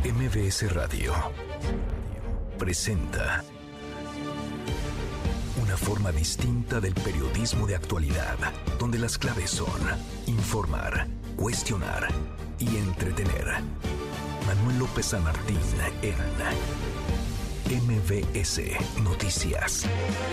MBS Radio presenta una forma distinta del periodismo de actualidad, donde las claves son informar, cuestionar y entretener. Manuel López San Martín en MBS Noticias.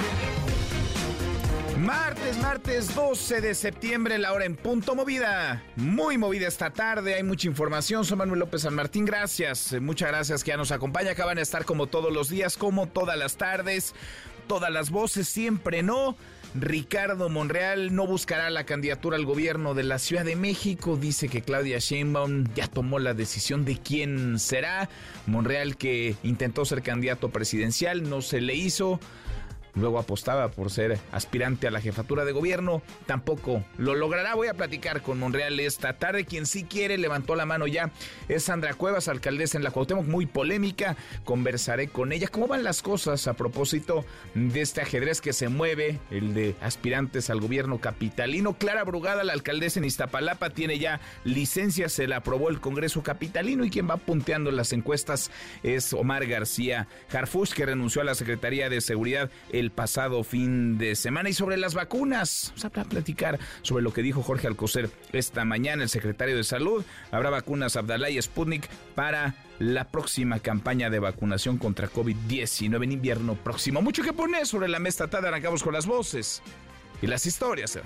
Martes 12 de septiembre, la hora en punto. Muy movida esta tarde, hay mucha información. Soy Manuel López San Martín, gracias, muchas gracias que ya nos acompaña. Acaban de estar como todos los días, como todas las tardes, todas las voces, siempre no. Ricardo Monreal no buscará la candidatura al gobierno de la Ciudad de México. Dice que Claudia Sheinbaum ya tomó la decisión de quién será. Monreal, que intentó ser candidato presidencial, no se le hizo. Luego apostaba por ser aspirante a la jefatura de gobierno, tampoco lo logrará. Voy a platicar con Monreal esta tarde. Quien sí quiere, levantó la mano ya, es Sandra Cuevas, alcaldesa en la Cuauhtémoc, muy polémica. Conversaré con ella. ¿Cómo van las cosas a propósito de este ajedrez que se mueve, el de aspirantes al gobierno capitalino? Clara Brugada, la alcaldesa en Iztapalapa, tiene ya licencia, se la aprobó el Congreso capitalino, y quien va punteando las encuestas es Omar García Harfuch, que renunció a la Secretaría de Seguridad el pasado fin de semana. Y sobre las vacunas, vamos a platicar sobre lo que dijo Jorge Alcocer esta mañana, el secretario de Salud. Habrá vacunas Abdala y Sputnik para la próxima campaña de vacunación contra COVID-19 en invierno próximo. Mucho que poner sobre la mesa tarde. Arrancamos con las voces y las historias.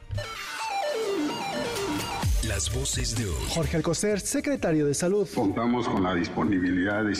Las voces de hoy. Jorge Alcocer, secretario de Salud. Contamos con la disponibilidad de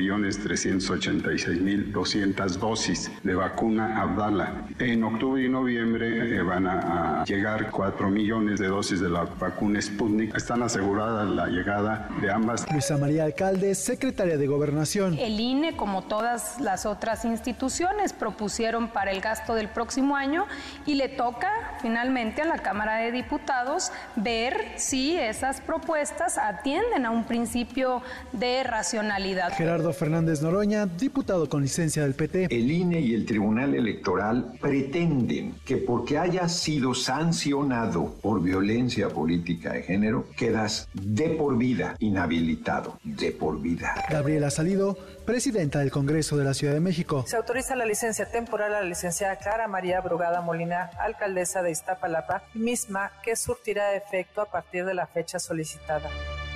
5.386.200 dosis de vacuna Abdala. En octubre y noviembre van a llegar 4 millones de dosis de la vacuna Sputnik. Están aseguradas la llegada de ambas. Luisa María Alcalde, secretaria de Gobernación. El INE, como todas las otras instituciones, propusieron para el gasto del próximo año, y le toca finalmente a la Cámara de Diputados ver si esas propuestas atienden a un principio de racionalidad. Gerardo Fernández Noroña, diputado con licencia del PT. El INE y el Tribunal Electoral pretenden que porque hayas sido sancionado por violencia política de género, quedas de por vida inhabilitado, de por vida. Gabriela Salido, presidenta del Congreso de la Ciudad de México. Se autoriza la licencia temporal a la licenciada Clara María Brugada Molina, alcaldesa de Iztapalapa, misma que surtirá efecto a partir de la fecha solicitada.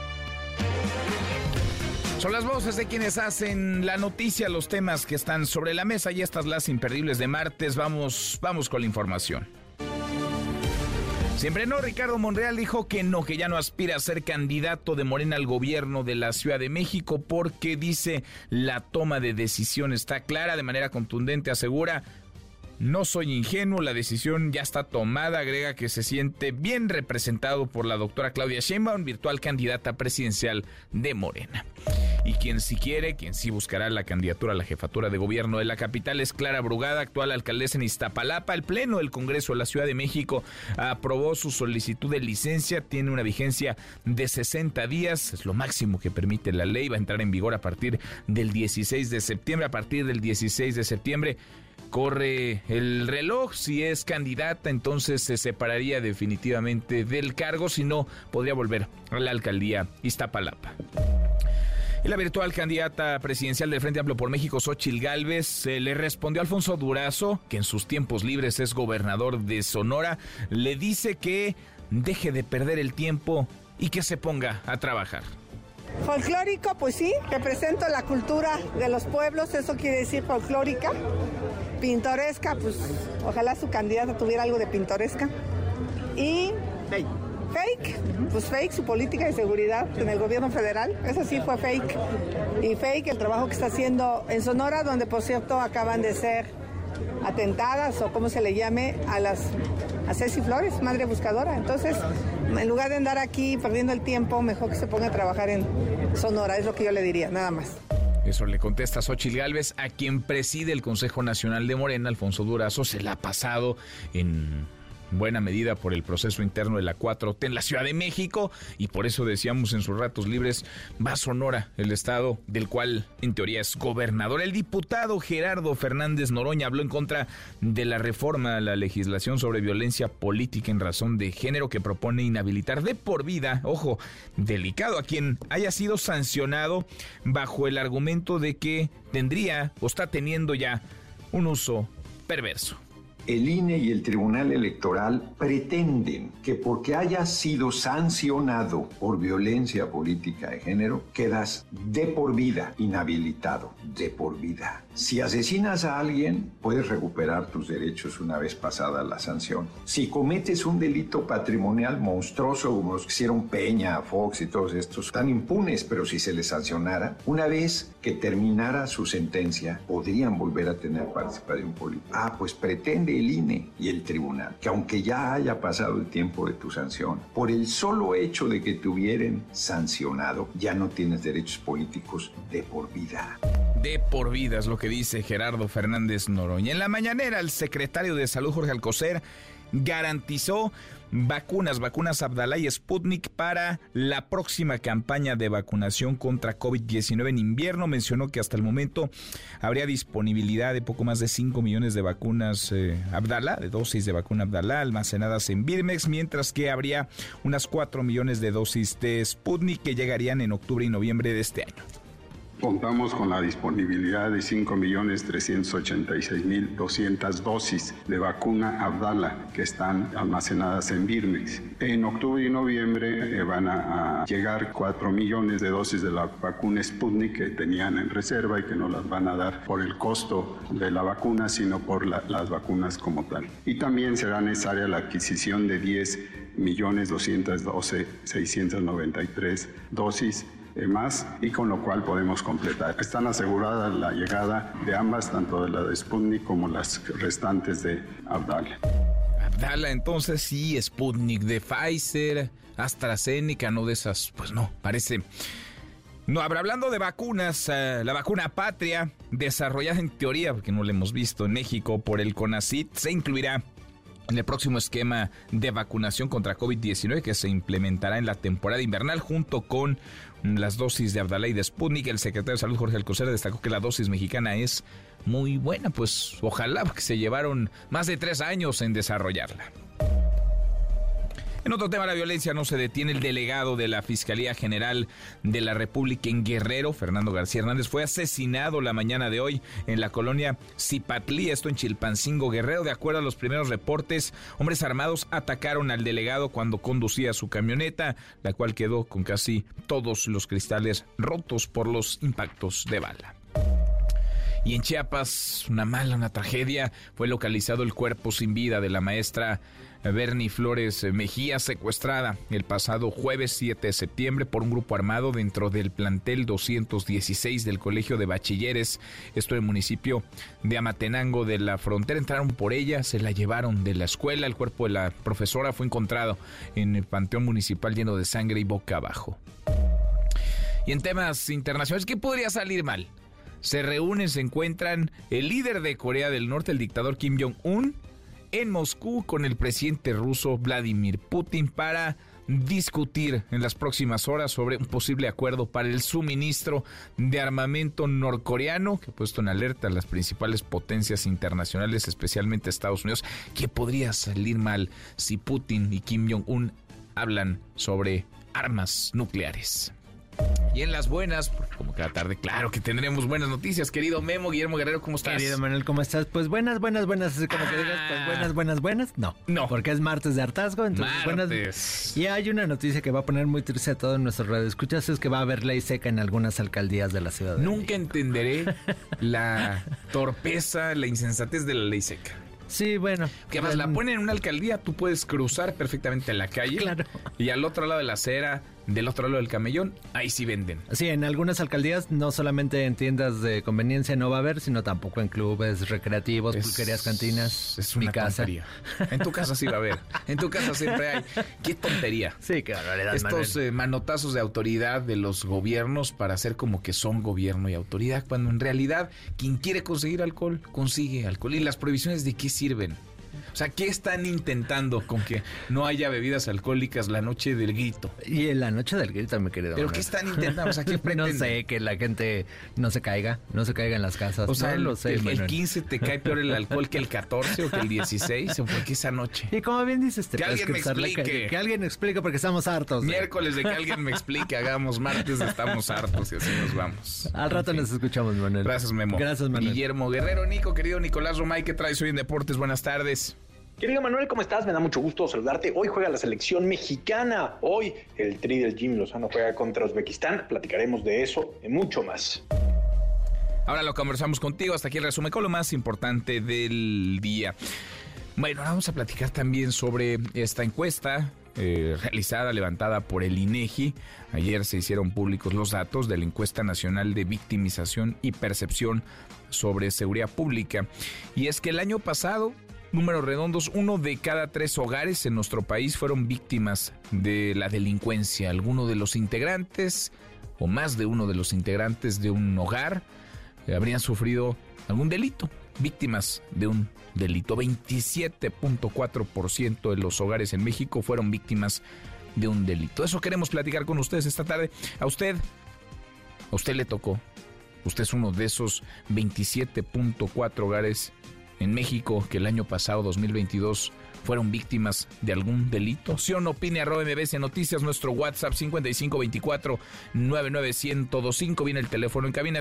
Son las voces de quienes hacen la noticia, los temas que están sobre la mesa, y estas las imperdibles de martes. Vamos con la información. Siempre no, Ricardo Monreal dijo que no, que ya no aspira a ser candidato de Morena al gobierno de la Ciudad de México, porque dice la toma de decisión está clara. De manera contundente asegura: no soy ingenuo, la decisión ya está tomada. Agrega que se siente bien representado por la doctora Claudia Sheinbaum, virtual candidata presidencial de Morena. Y quien sí quiere, quien sí buscará la candidatura a la jefatura de gobierno de la capital es Clara Brugada, actual alcaldesa en Iztapalapa. El Pleno del Congreso de la Ciudad de México aprobó su solicitud de licencia. Tiene una vigencia de 60 días, es lo máximo que permite la ley. Va a entrar en vigor a partir del 16 de septiembre. A partir del 16 de septiembre corre el reloj. Si es candidata, entonces se separaría definitivamente del cargo. Si no, podría volver a la alcaldía Iztapalapa. Y la virtual candidata presidencial del Frente Amplio por México, Xóchitl Gálvez, le respondió a Alfonso Durazo, que en sus tiempos libres es gobernador de Sonora. Le dice que deje de perder el tiempo y que se ponga a trabajar. Folclórico, pues sí, represento la cultura de los pueblos, eso quiere decir folclórica. Pintoresca, pues ojalá su candidata tuviera algo de pintoresca. Y fake, pues fake su política de seguridad en el gobierno federal, eso sí fue fake. Y fake el trabajo que está haciendo en Sonora, donde por cierto acaban de ser atentadas, o como se le llame, a Ceci Flores, madre buscadora. Entonces, en lugar de andar aquí perdiendo el tiempo, mejor que se ponga a trabajar en Sonora, es lo que yo le diría, nada más. Eso le contesta Xóchitl Gálvez, a quien preside el Consejo Nacional de Morena. Alfonso Durazo se la ha pasado en buena medida por el proceso interno de la 4T en la Ciudad de México, y por eso decíamos en sus ratos libres va a Sonora, el estado del cual en teoría es gobernador. El diputado Gerardo Fernández Noroña habló en contra de la reforma a la legislación sobre violencia política en razón de género que propone inhabilitar de por vida, ojo, delicado, a quien haya sido sancionado bajo el argumento de que tendría o está teniendo ya un uso perverso. El INE y el Tribunal Electoral pretenden que porque hayas sido sancionado por violencia política de género, quedas de por vida inhabilitado, de por vida. Si asesinas a alguien, puedes recuperar tus derechos una vez pasada la sanción. Si cometes un delito patrimonial monstruoso como los que hicieron Peña, Fox y todos estos, están impunes, pero si se les sancionara, una vez que terminara su sentencia, podrían volver a tener participación política. Pues pretende el INE y el tribunal que aunque ya haya pasado el tiempo de tu sanción, por el solo hecho de que te hubieran sancionado, ya no tienes derechos políticos de por vida. De por vida es lo que dice Gerardo Fernández Noroña. En la mañanera, el secretario de Salud, Jorge Alcocer, garantizó vacunas Abdala y Sputnik para la próxima campaña de vacunación contra COVID-19 en invierno. Mencionó que hasta el momento habría disponibilidad de poco más de 5 millones de vacunas Abdala, de dosis de vacuna Abdala almacenadas en Birmex, mientras que habría unas 4 millones de dosis de Sputnik que llegarían en octubre y noviembre de este año. Contamos con la disponibilidad de 5.386.200 dosis de vacuna Abdala que están almacenadas en Birmex. En octubre y noviembre van a llegar 4 millones de dosis de la vacuna Sputnik que tenían en reserva y que no las van a dar por el costo de la vacuna, sino por las vacunas como tal. Y también será necesaria la adquisición de 10.212.693 dosis más, y con lo cual podemos completar. Están aseguradas la llegada de ambas, tanto de la de Sputnik como las restantes de Abdala. Abdala, entonces sí, Sputnik de Pfizer, AstraZeneca, no de esas, pues no, parece. No, hablando de vacunas, la vacuna Patria, desarrollada en teoría, porque no la hemos visto en México, por el CONACYT, se incluirá en el próximo esquema de vacunación contra COVID-19 que se implementará en la temporada invernal junto con las dosis de Abdala y de Sputnik. El secretario de Salud, Jorge Alcocer, destacó que la dosis mexicana es muy buena, pues ojalá, porque se llevaron más de 3 años en desarrollarla. En otro tema, la violencia no se detiene. El delegado de la Fiscalía General de la República en Guerrero, Fernando García Hernández, fue asesinado la mañana de hoy en la colonia Zipatlí, esto en Chilpancingo, Guerrero. De acuerdo a los primeros reportes, hombres armados atacaron al delegado cuando conducía su camioneta, la cual quedó con casi todos los cristales rotos por los impactos de bala. Y en Chiapas, una tragedia, fue localizado el cuerpo sin vida de la maestra Bernie Flores Mejía, secuestrada el pasado jueves 7 de septiembre por un grupo armado dentro del plantel 216 del Colegio de Bachilleres, esto en el municipio de Amatenango de la Frontera. Entraron por ella, se la llevaron de la escuela. El cuerpo de la profesora fue encontrado en el panteón municipal lleno de sangre y boca abajo. Y en temas internacionales, ¿qué podría salir mal? Se encuentran el líder de Corea del Norte, el dictador Kim Jong-un, en Moscú con el presidente ruso Vladimir Putin para discutir en las próximas horas sobre un posible acuerdo para el suministro de armamento norcoreano, que ha puesto en alerta a las principales potencias internacionales, especialmente Estados Unidos. ¿Qué podría salir mal si Putin y Kim Jong-un hablan sobre armas nucleares? Y en las buenas, como cada tarde, claro que tendremos buenas noticias. Querido Memo, Guillermo Guerrero, ¿cómo estás? Querido Manuel, ¿cómo estás? Pues buenas, así como que digas, pues buenas. No, porque es martes de hartazgo, entonces buenas. Y hay una noticia que va a poner muy triste a todos nuestros radioescuchas, es que va a haber ley seca en algunas alcaldías de la ciudad de Nunca entenderé la torpeza, la insensatez de la ley seca. Sí, bueno. Que además la ponen en una alcaldía, tú puedes cruzar perfectamente la calle. Claro. Y al otro lado de la acera, del otro lado del camellón, ahí sí venden. Sí, en algunas alcaldías, no solamente en tiendas de conveniencia no va a haber, sino tampoco en clubes recreativos, pulquerías, cantinas. Es una tontería. En tu casa sí va a haber. En tu casa siempre hay. ¡Qué tontería! Sí, qué barbaridad, estos manotazos de autoridad de los gobiernos para hacer como que son gobierno y autoridad, cuando en realidad quien quiere conseguir alcohol, consigue alcohol. ¿Y las prohibiciones de qué sirven? O sea, ¿qué están intentando con que no haya bebidas alcohólicas la noche del grito? Y en la noche del grito, mi querido. ¿Pero qué están intentando? O sea, ¿qué pretenden? No sé, que la gente no se caiga en las casas. O sea, no lo sé, el 15 te cae peor el alcohol que el 14 o que el 16, o porque esa noche. Y como bien dices, que alguien me explique. Que alguien explique porque estamos hartos. Miércoles de que alguien me explique, hagamos martes, estamos hartos y así nos vamos. Al rato nos escuchamos, Manuel. Gracias, Memo. Gracias, Manuel. Guillermo Guerrero, Nico, querido Nicolás Romay, ¿qué traes hoy en Deportes? Buenas tardes. Querido Manuel, ¿cómo estás? Me da mucho gusto saludarte. Hoy juega la selección mexicana. Hoy el Tri del Jimmy Lozano juega contra Uzbekistán. Platicaremos de eso y mucho más. Ahora lo conversamos contigo. Hasta aquí el resumen con lo más importante del día. Bueno, ahora vamos a platicar también sobre esta encuesta levantada por el INEGI. Ayer se hicieron públicos los datos de la encuesta nacional de victimización y percepción sobre seguridad pública. Y es que el año pasado, números redondos, 1 de cada 3 hogares en nuestro país fueron víctimas de la delincuencia. Alguno de los integrantes, o más de uno de los integrantes de un hogar, habrían sufrido algún delito, víctimas de un delito. 27.4% de los hogares en México fueron víctimas de un delito. Eso queremos platicar con ustedes esta tarde. A usted le tocó. Usted es uno de esos 27.4 hogares en México que el año pasado, 2022, fueron víctimas de algún delito. Opción opine @MBS Noticias, nuestro WhatsApp 5524-99125. Viene el teléfono en cabina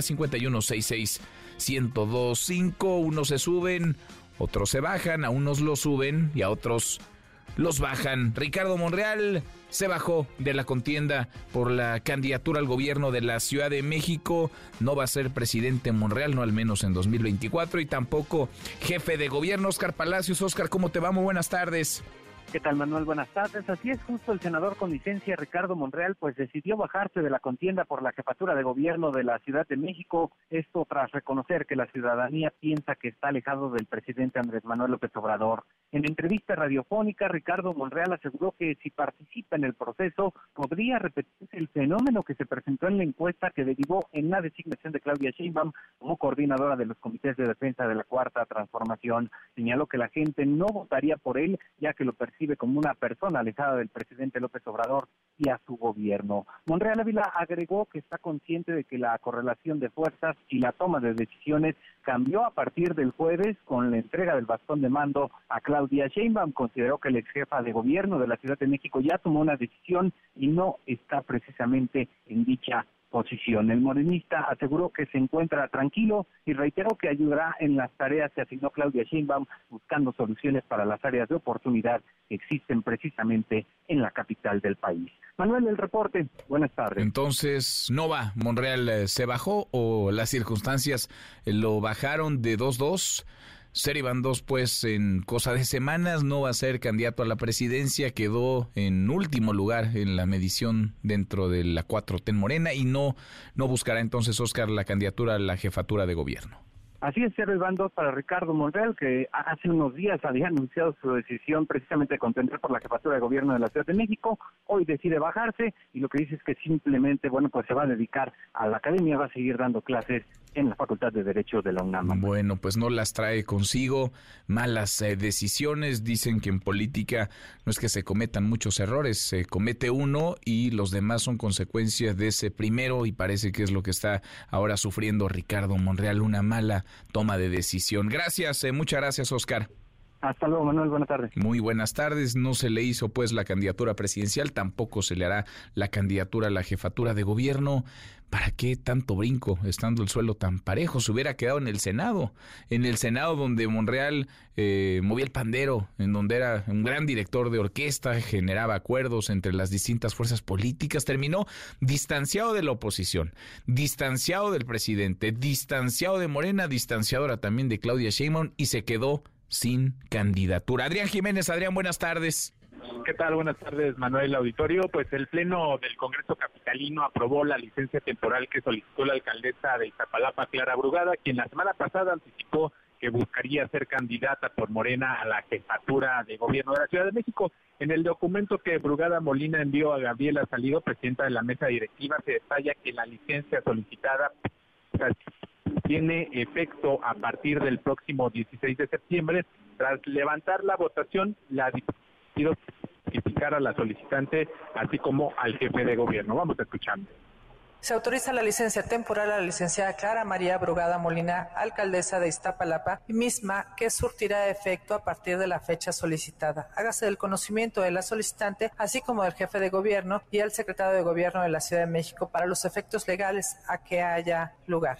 5166-1025. Unos se suben, otros se bajan, a unos los suben y a otros los bajan. Ricardo Monreal se bajó de la contienda por la candidatura al gobierno de la Ciudad de México. No va a ser presidente Monreal, no al menos en 2024, y tampoco jefe de gobierno. Oscar Palacios. Oscar, ¿cómo te va? Muy buenas tardes. ¿Qué tal, Manuel? Buenas tardes. Así es, justo el senador con licencia Ricardo Monreal pues decidió bajarse de la contienda por la jefatura de gobierno de la Ciudad de México, esto tras reconocer que la ciudadanía piensa que está alejado del presidente Andrés Manuel López Obrador. En entrevista radiofónica, Ricardo Monreal aseguró que si participa en el proceso, podría repetirse el fenómeno que se presentó en la encuesta que derivó en la designación de Claudia Sheinbaum como coordinadora de los comités de defensa de la Cuarta Transformación. Señaló que la gente no votaría por él, ya que lo percibe como una persona alejada del presidente López Obrador y a su gobierno. Monreal Ávila agregó que está consciente de que la correlación de fuerzas y la toma de decisiones cambió a partir del jueves con la entrega del bastón de mando a Claudia Sheinbaum. Consideró que la ex jefa de gobierno de la Ciudad de México ya tomó una decisión y no está precisamente en dicha posición. El morenista aseguró que se encuentra tranquilo y reiteró que ayudará en las tareas que asignó Claudia Sheinbaum, buscando soluciones para las áreas de oportunidad que existen precisamente en la capital del país. Manuel, el reporte. Buenas tardes. Entonces, ¿no va? ¿Monreal se bajó o las circunstancias lo bajaron de 2-2? Ser Iván 2, pues en cosa de semanas no va a ser candidato a la presidencia, quedó en último lugar en la medición dentro de la 4T en Morena y no buscará entonces, Oscar, la candidatura a la jefatura de gobierno. Así es, 0 Iván 2 para Ricardo Monreal, que hace unos días había anunciado su decisión precisamente de contender por la jefatura de gobierno de la Ciudad de México. Hoy decide bajarse y lo que dice es que simplemente, pues se va a dedicar a la academia, va a seguir dando clases en la Facultad de Derecho de la UNAM. Bueno, pues no las trae consigo, malas decisiones. Dicen que en política no es que se cometan muchos errores, se comete uno y los demás son consecuencias de ese primero, y parece que es lo que está ahora sufriendo Ricardo Monreal, una mala toma de decisión. Gracias, muchas gracias, Oscar. Hasta luego, Manuel, buenas tardes. Muy buenas tardes. No se le hizo pues la candidatura presidencial, tampoco se le hará la candidatura a la jefatura de gobierno. ¿Para qué tanto brinco estando el suelo tan parejo? Se hubiera quedado en el Senado donde Monreal movía el pandero, en donde era un gran director de orquesta, generaba acuerdos entre las distintas fuerzas políticas, terminó distanciado de la oposición, distanciado del presidente, distanciado de Morena, distanciado ahora también de Claudia Sheinbaum y se quedó sin candidatura. Adrián Jiménez. Adrián, buenas tardes. ¿Qué tal? Buenas tardes, Manuel Auditorio. Pues el Pleno del Congreso Capitalino aprobó la licencia temporal que solicitó la alcaldesa de Iztapalapa, Clara Brugada, quien la semana pasada anticipó que buscaría ser candidata por Morena a la jefatura de gobierno de la Ciudad de México. En el documento que Brugada Molina envió a Gabriela Salido, presidenta de la mesa directiva, se detalla que la licencia solicitada tiene efecto a partir del próximo 16 de septiembre Tras levantar la votación, la pidió notificar a la solicitante, así como al jefe de gobierno. Vamos a escuchar. Se autoriza la licencia temporal a la licenciada Clara María Brugada Molina, alcaldesa de Iztapalapa, misma que surtirá efecto a partir de la fecha solicitada. Hágase del conocimiento de la solicitante, así como del jefe de gobierno y al secretario de gobierno de la Ciudad de México para los efectos legales a que haya lugar.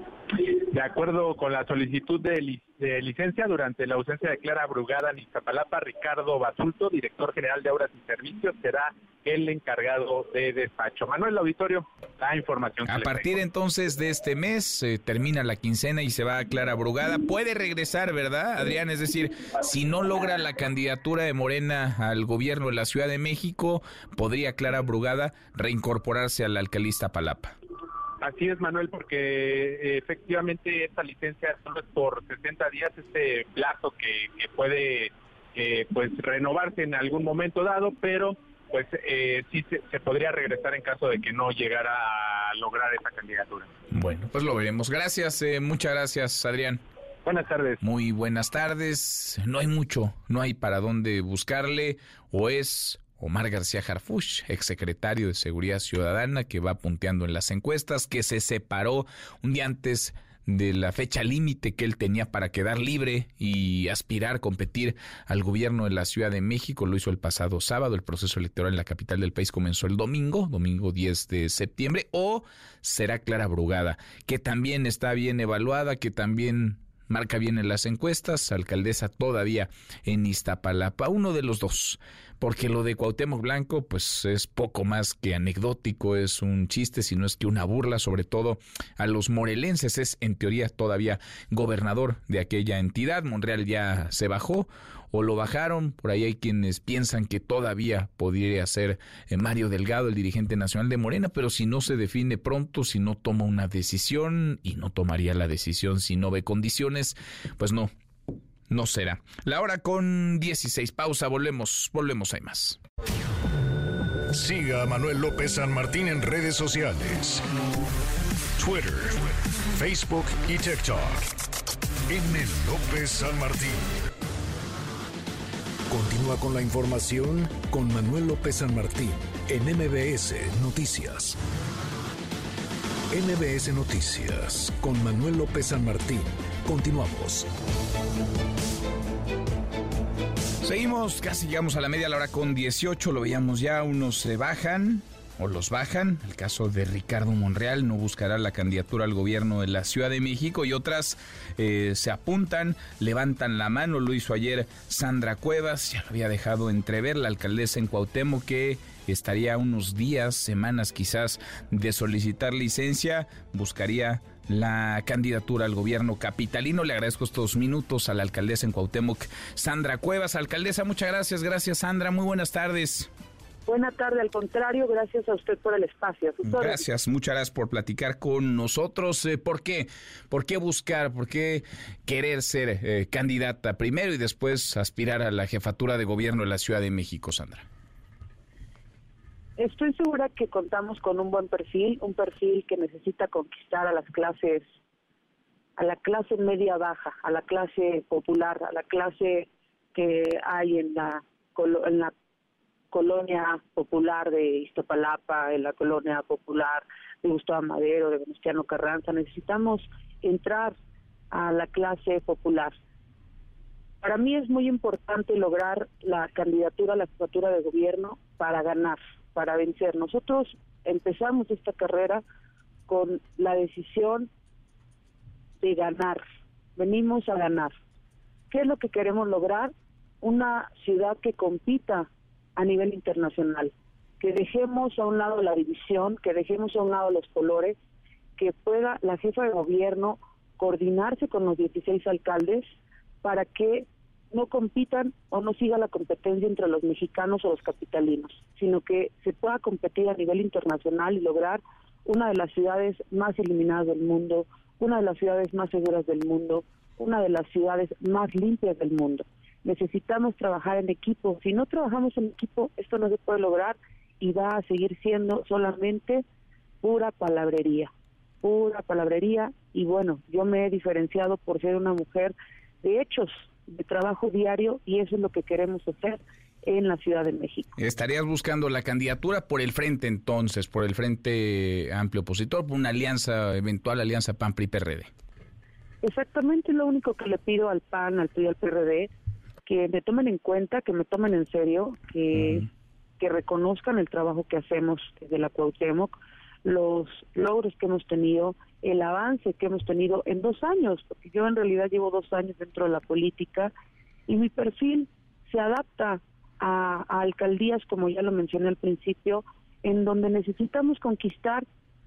De acuerdo con la solicitud de licencia, durante la ausencia de Clara Brugada en Iztapalapa, Ricardo Basulto, director general de Obras y Servicios, será el encargado de despacho. Manuel Auditorio, la información. A partir entonces de este mes termina la quincena y se va a Clara Brugada. Puede regresar, ¿verdad, Adrián? Es decir, si no logra la candidatura de Morena al gobierno de la Ciudad de México, podría Clara Brugada reincorporarse a la alcaldía Iztapalapa. Así es, Manuel, porque efectivamente esta licencia solo es por 60 días, este plazo que puede pues renovarse en algún momento dado, pero pues sí se podría regresar en caso de que no llegara a lograr esa candidatura. Bueno, pues lo veremos. Gracias, muchas gracias, Adrián. Buenas tardes. Muy buenas tardes. No hay mucho, no hay para dónde buscarle, o es Omar García Harfuch, exsecretario de Seguridad Ciudadana, que va punteando en las encuestas, que se separó un día antes de la fecha límite que él tenía para quedar libre y aspirar a competir al gobierno de la Ciudad de México. Lo hizo el pasado sábado. El proceso electoral en la capital del país comenzó el domingo 10 de septiembre. O será Clara Brugada, que también está bien evaluada, que también marca bien en las encuestas, alcaldesa todavía en Iztapalapa. Uno de los dos, porque lo de Cuauhtémoc Blanco pues es poco más que anecdótico, es un chiste, si no es que una burla, sobre todo a los morelenses. Es en teoría todavía gobernador de aquella entidad. Monreal ya se bajó o lo bajaron. Por ahí hay quienes piensan que todavía podría ser Mario Delgado, el dirigente nacional de Morena, pero si no se define pronto, si no toma una decisión, y no tomaría la decisión si no ve condiciones, pues no será. La hora con 16, pausa, volvemos, hay más. Siga a Manuel López San Martín en redes sociales. Twitter, Facebook y TikTok. M. López San Martín. Continúa con la información con Manuel López San Martín en MBS Noticias. MBS Noticias con Manuel López San Martín. Continuamos. Seguimos, casi llegamos a la media, la hora con 18, lo veíamos ya, unos se bajan o los bajan. El caso de Ricardo Monreal, no buscará la candidatura al gobierno de la Ciudad de México, y otras se apuntan, levantan la mano. Lo hizo ayer Sandra Cuevas, ya lo había dejado entrever, la alcaldesa en Cuauhtémoc, que estaría unos días, semanas quizás, de solicitar licencia, buscaría la candidatura al gobierno capitalino. Le agradezco estos minutos a la alcaldesa en Cuauhtémoc, Sandra Cuevas. Alcaldesa, muchas gracias. Gracias, Sandra. Muy buenas tardes. Buenas tardes, al contrario, gracias a usted por el espacio. Gracias, muchas gracias por platicar con nosotros. ¿Por qué? ¿Por qué buscar? ¿Por qué querer ser candidata primero y después aspirar a la jefatura de gobierno de la Ciudad de México, Sandra? Estoy segura que contamos con un buen perfil, un perfil que necesita conquistar a las clases, a la clase media baja, a la clase popular, a la clase que hay en la colonia popular de Iztapalapa, en la colonia popular de Gustavo Madero, de Venustiano Carranza. Necesitamos entrar a la clase popular. Para mí es muy importante lograr la candidatura a la jefatura de gobierno para ganar, para vencer. Nosotros empezamos esta carrera con la decisión de ganar. Venimos a ganar. ¿Qué es lo que queremos lograr? Una ciudad que compita a nivel internacional, que dejemos a un lado la división, que dejemos a un lado los colores, que pueda la jefa de gobierno coordinarse con los 16 alcaldes para que no compitan o no siga la competencia entre los mexicanos o los capitalinos, sino que se pueda competir a nivel internacional y lograr una de las ciudades más iluminadas del mundo, una de las ciudades más seguras del mundo, una de las ciudades más limpias del mundo. Necesitamos trabajar en equipo. Si no trabajamos en equipo, esto no se puede lograr y va a seguir siendo solamente pura palabrería. Y bueno, yo me he diferenciado por ser una mujer de hechos, de trabajo diario, y eso es lo que queremos hacer en la Ciudad de México. ¿Estarías buscando la candidatura por el frente entonces, por el Frente Amplio Opositor, por una eventual alianza PAN-PRI-PRD? Exactamente, lo único que le pido al PAN, al PRI y al PRD, que me tomen en cuenta, que me tomen en serio, que reconozcan el trabajo que hacemos desde la Cuauhtémoc, los logros que hemos tenido, el avance que hemos tenido en 2 años, porque yo en realidad llevo 2 años dentro de la política y mi perfil se adapta a alcaldías, como ya lo mencioné al principio, en donde necesitamos conquistar.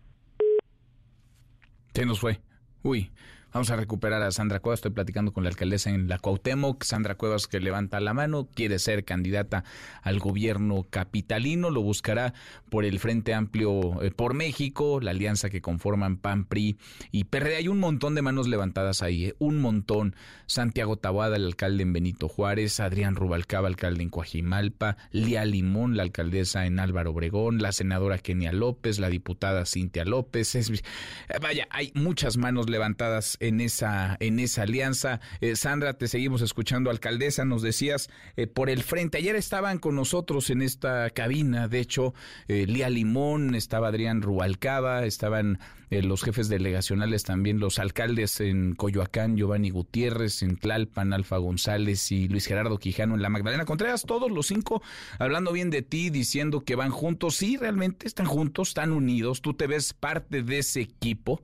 Se nos fue. Uy. Vamos a recuperar a Sandra Cuevas. Estoy platicando con la alcaldesa en la Cuauhtémoc. Sandra Cuevas, que levanta la mano, quiere ser candidata al gobierno capitalino. Lo buscará por el Frente Amplio por México, la alianza que conforman PAN, PRI y PRD. Hay un montón de manos levantadas ahí, un montón. Santiago Taboada, el alcalde en Benito Juárez, Adrián Rubalcaba, alcalde en Coajimalpa, Lía Limón, la alcaldesa en Álvaro Obregón, la senadora Kenia López, la diputada Cintia López. Vaya, hay muchas manos levantadas en esa alianza. Sandra, te seguimos escuchando, alcaldesa. Nos decías por el frente. Ayer estaban con nosotros en esta cabina, de hecho, Lía Limón, estaba Adrián Rubalcaba, estaban los jefes delegacionales también, los alcaldes en Coyoacán, Giovanni Gutiérrez, en Tlalpan, Alfa González y Luis Gerardo Quijano en la Magdalena Contreras, todos los 5 hablando bien de ti, diciendo que van juntos. Sí, realmente están juntos, están unidos. ¿Tú te ves parte de ese equipo?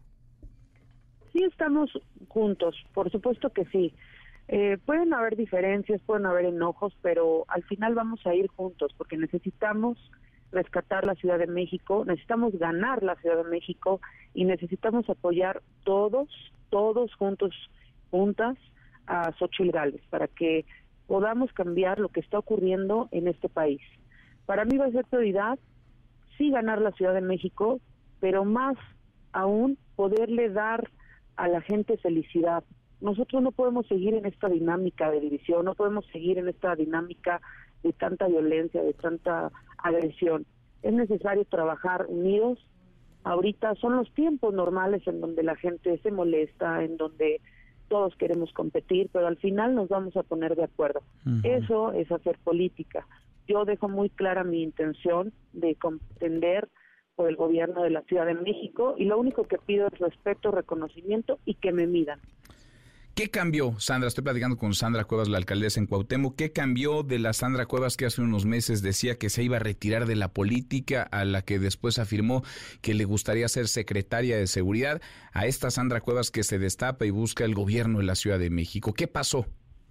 Sí, estamos juntos, por supuesto que sí. Pueden haber diferencias, pueden haber enojos, pero al final vamos a ir juntos porque necesitamos rescatar la Ciudad de México, necesitamos ganar la Ciudad de México y necesitamos apoyar todos juntos, juntas a Xóchitl Gálvez para que podamos cambiar lo que está ocurriendo en este país. Para mí va a ser prioridad, sí, ganar la Ciudad de México, pero más aún poderle dar a la gente felicidad. Nosotros no podemos seguir en esta dinámica de división, no podemos seguir en esta dinámica de tanta violencia, de tanta agresión. Es necesario trabajar unidos. Ahorita son los tiempos normales en donde la gente se molesta, en donde todos queremos competir, pero al final nos vamos a poner de acuerdo. Eso es hacer política. Yo dejo muy clara mi intención de contender por el gobierno de la Ciudad de México y lo único que pido es respeto, reconocimiento y que me midan. ¿Qué cambió, Sandra? Estoy platicando con Sandra Cuevas, la alcaldesa en Cuauhtémoc. ¿Qué cambió de la Sandra Cuevas que hace unos meses decía que se iba a retirar de la política, a la que después afirmó que le gustaría ser secretaria de Seguridad, a esta Sandra Cuevas que se destapa y busca el gobierno de la Ciudad de México? ¿Qué pasó?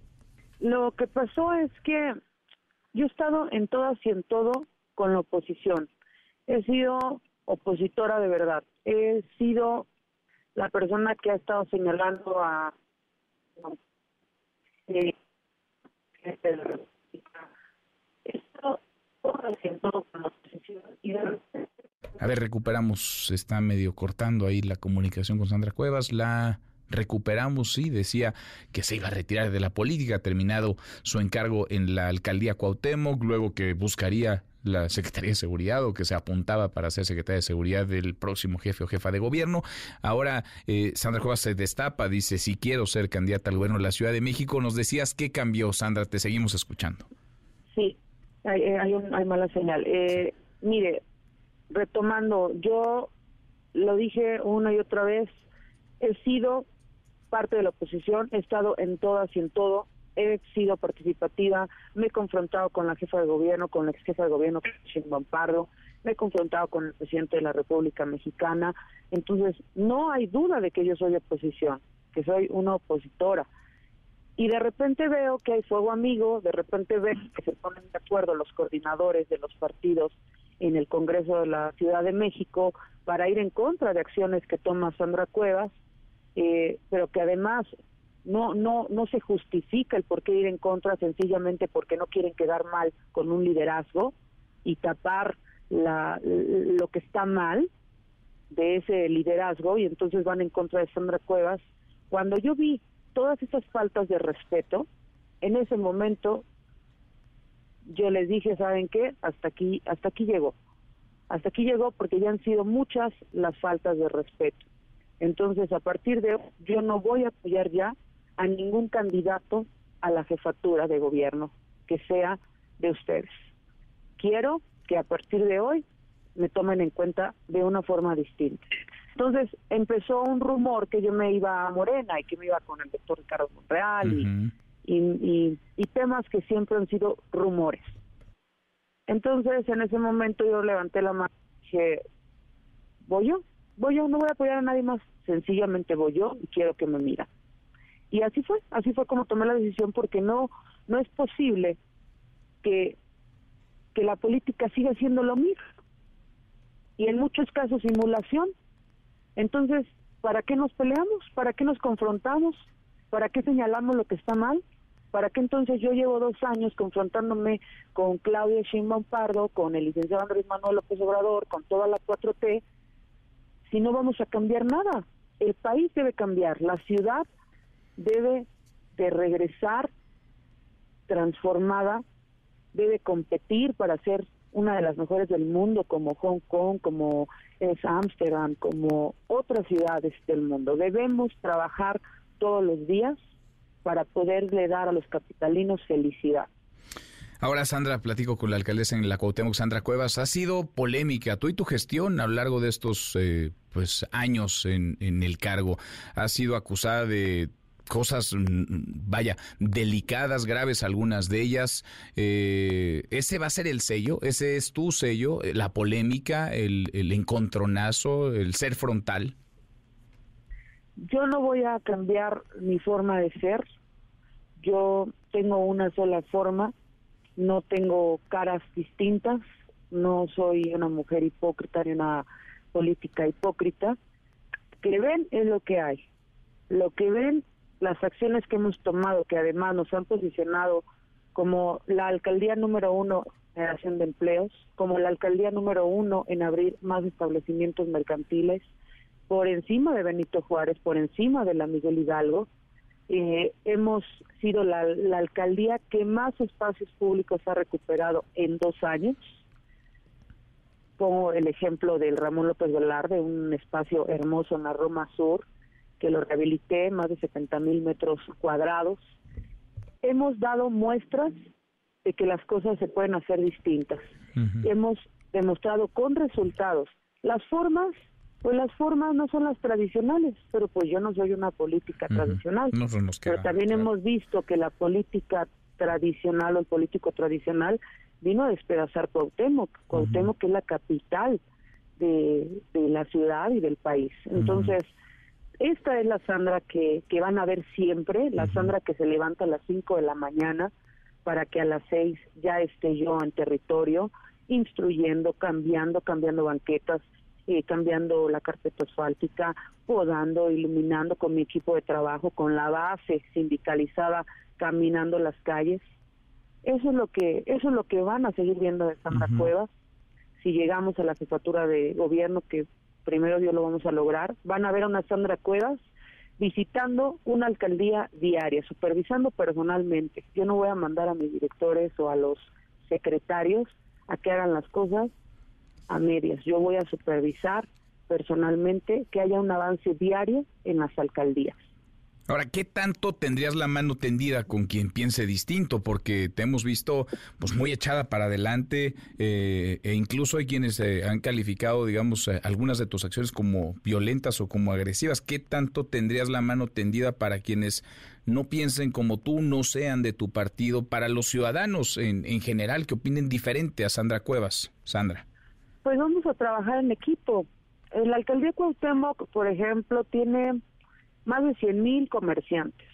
Lo que pasó es que yo he estado en todas y en todo con la oposición. He sido opositora de verdad. He sido la persona que ha estado señalando a A ver, recuperamos, está medio cortando ahí la comunicación con Sandra Cuevas, la recuperamos, sí, decía que se iba a retirar de la política, terminado su encargo en la alcaldía Cuauhtémoc, luego que buscaría la Secretaría de Seguridad o que se apuntaba para ser Secretaria de Seguridad del próximo jefe o jefa de gobierno. Ahora Sandra Cuevas se destapa, dice, si quiero ser candidata al gobierno de la Ciudad de México. Nos decías, ¿qué cambió, Sandra? Te seguimos escuchando. Sí, hay mala señal. Mire, retomando, yo lo dije una y otra vez, he sido parte de la oposición, he estado en todas y en todo, he sido participativa, me he confrontado con la jefa de gobierno, con la ex jefa de gobierno, Sheinbaum Pardo, me he confrontado con el presidente de la República Mexicana. Entonces, no hay duda de que yo soy oposición, que soy una opositora. Y de repente veo que hay fuego amigo, de repente veo que se ponen de acuerdo los coordinadores de los partidos en el Congreso de la Ciudad de México para ir en contra de acciones que toma Sandra Cuevas, pero que además no se justifica el por qué ir en contra, sencillamente porque no quieren quedar mal con un liderazgo y tapar lo que está mal de ese liderazgo, y entonces van en contra de Sandra Cuevas. Cuando yo vi todas esas faltas de respeto, en ese momento yo les dije, ¿saben qué? Hasta aquí llegó. Hasta aquí llegó porque ya han sido muchas las faltas de respeto. Entonces, a partir de hoy, yo no voy a apoyar ya a ningún candidato a la jefatura de gobierno que sea de ustedes. Quiero que a partir de hoy me tomen en cuenta de una forma distinta. Entonces empezó un rumor que yo me iba a Morena y que me iba con el doctor Ricardo Monreal y temas que siempre han sido rumores. Entonces en ese momento yo levanté la mano y dije, voy yo, no voy a apoyar a nadie más, sencillamente voy yo y quiero que me mira. Y así fue como tomé la decisión, porque no es posible que la política siga siendo lo mismo y en muchos casos simulación. Entonces, ¿para qué nos peleamos? ¿Para qué nos confrontamos? ¿Para qué señalamos lo que está mal? ¿Para qué entonces yo llevo 2 años confrontándome con Claudia Sheinbaum Pardo, con el licenciado Andrés Manuel López Obrador, con toda la 4T, si no vamos a cambiar nada? El país debe cambiar, la ciudad debe de regresar transformada, debe competir para ser una de las mejores del mundo, como Hong Kong, como es Ámsterdam, como otras ciudades del mundo. Debemos trabajar todos los días para poderle dar a los capitalinos felicidad. Ahora, Sandra, platico con la alcaldesa en la Cuauhtémoc, Sandra Cuevas. Ha sido polémica tú y tu gestión a lo largo de estos años en el cargo. Ha sido acusada de cosas, delicadas, graves, algunas de ellas. ¿Ese va a ser el sello? ¿Ese es tu sello? ¿La polémica, el encontronazo, el ser frontal? Yo no voy a cambiar mi forma de ser. Yo tengo una sola forma. No tengo caras distintas. No soy una mujer hipócrita ni una política hipócrita. Lo que ven es lo que hay. Lo que ven, las acciones que hemos tomado, que además nos han posicionado como la alcaldía número 1 en generación de empleos, como la alcaldía número 1 en abrir más establecimientos mercantiles, por encima de Benito Juárez, por encima de la Miguel Hidalgo. Hemos sido la alcaldía que más espacios públicos ha recuperado en 2 años. Pongo el ejemplo del Ramón López Velarde, un espacio hermoso en la Roma Sur, que lo rehabilité, más de 70,000 metros cuadrados. Hemos dado muestras de que las cosas se pueden hacer distintas. Hemos demostrado con resultados. Las formas no son las tradicionales, pero pues yo no soy una política tradicional. Pero también hemos visto que la política tradicional o el político tradicional vino a despedazar Cuauhtémoc. Cuauhtémoc que es la capital de la ciudad y del país. Entonces, esta es la Sandra que van a ver siempre, la Sandra que se levanta a las 5 de la mañana para que a las 6 ya esté yo en territorio, instruyendo, cambiando banquetas, cambiando la carpeta asfáltica, podando, iluminando con mi equipo de trabajo, con la base sindicalizada, caminando las calles. Eso es lo que van a seguir viendo de Sandra Cuevas. Si llegamos a la jefatura de gobierno, que primero Dios lo vamos a lograr, van a ver a una Sandra Cuevas visitando una alcaldía diaria, supervisando personalmente. Yo no voy a mandar a mis directores o a los secretarios a que hagan las cosas a medias. Yo voy a supervisar personalmente que haya un avance diario en las alcaldías. Ahora, ¿qué tanto tendrías la mano tendida con quien piense distinto? Porque te hemos visto pues muy echada para adelante e incluso hay quienes han calificado, digamos, algunas de tus acciones como violentas o como agresivas. ¿Qué tanto tendrías la mano tendida para quienes no piensen como tú, no sean de tu partido, para los ciudadanos en general que opinen diferente a Sandra Cuevas? Sandra. Pues vamos a trabajar en equipo. La alcaldía Cuauhtémoc, por ejemplo, tiene más de 100,000 comerciantes.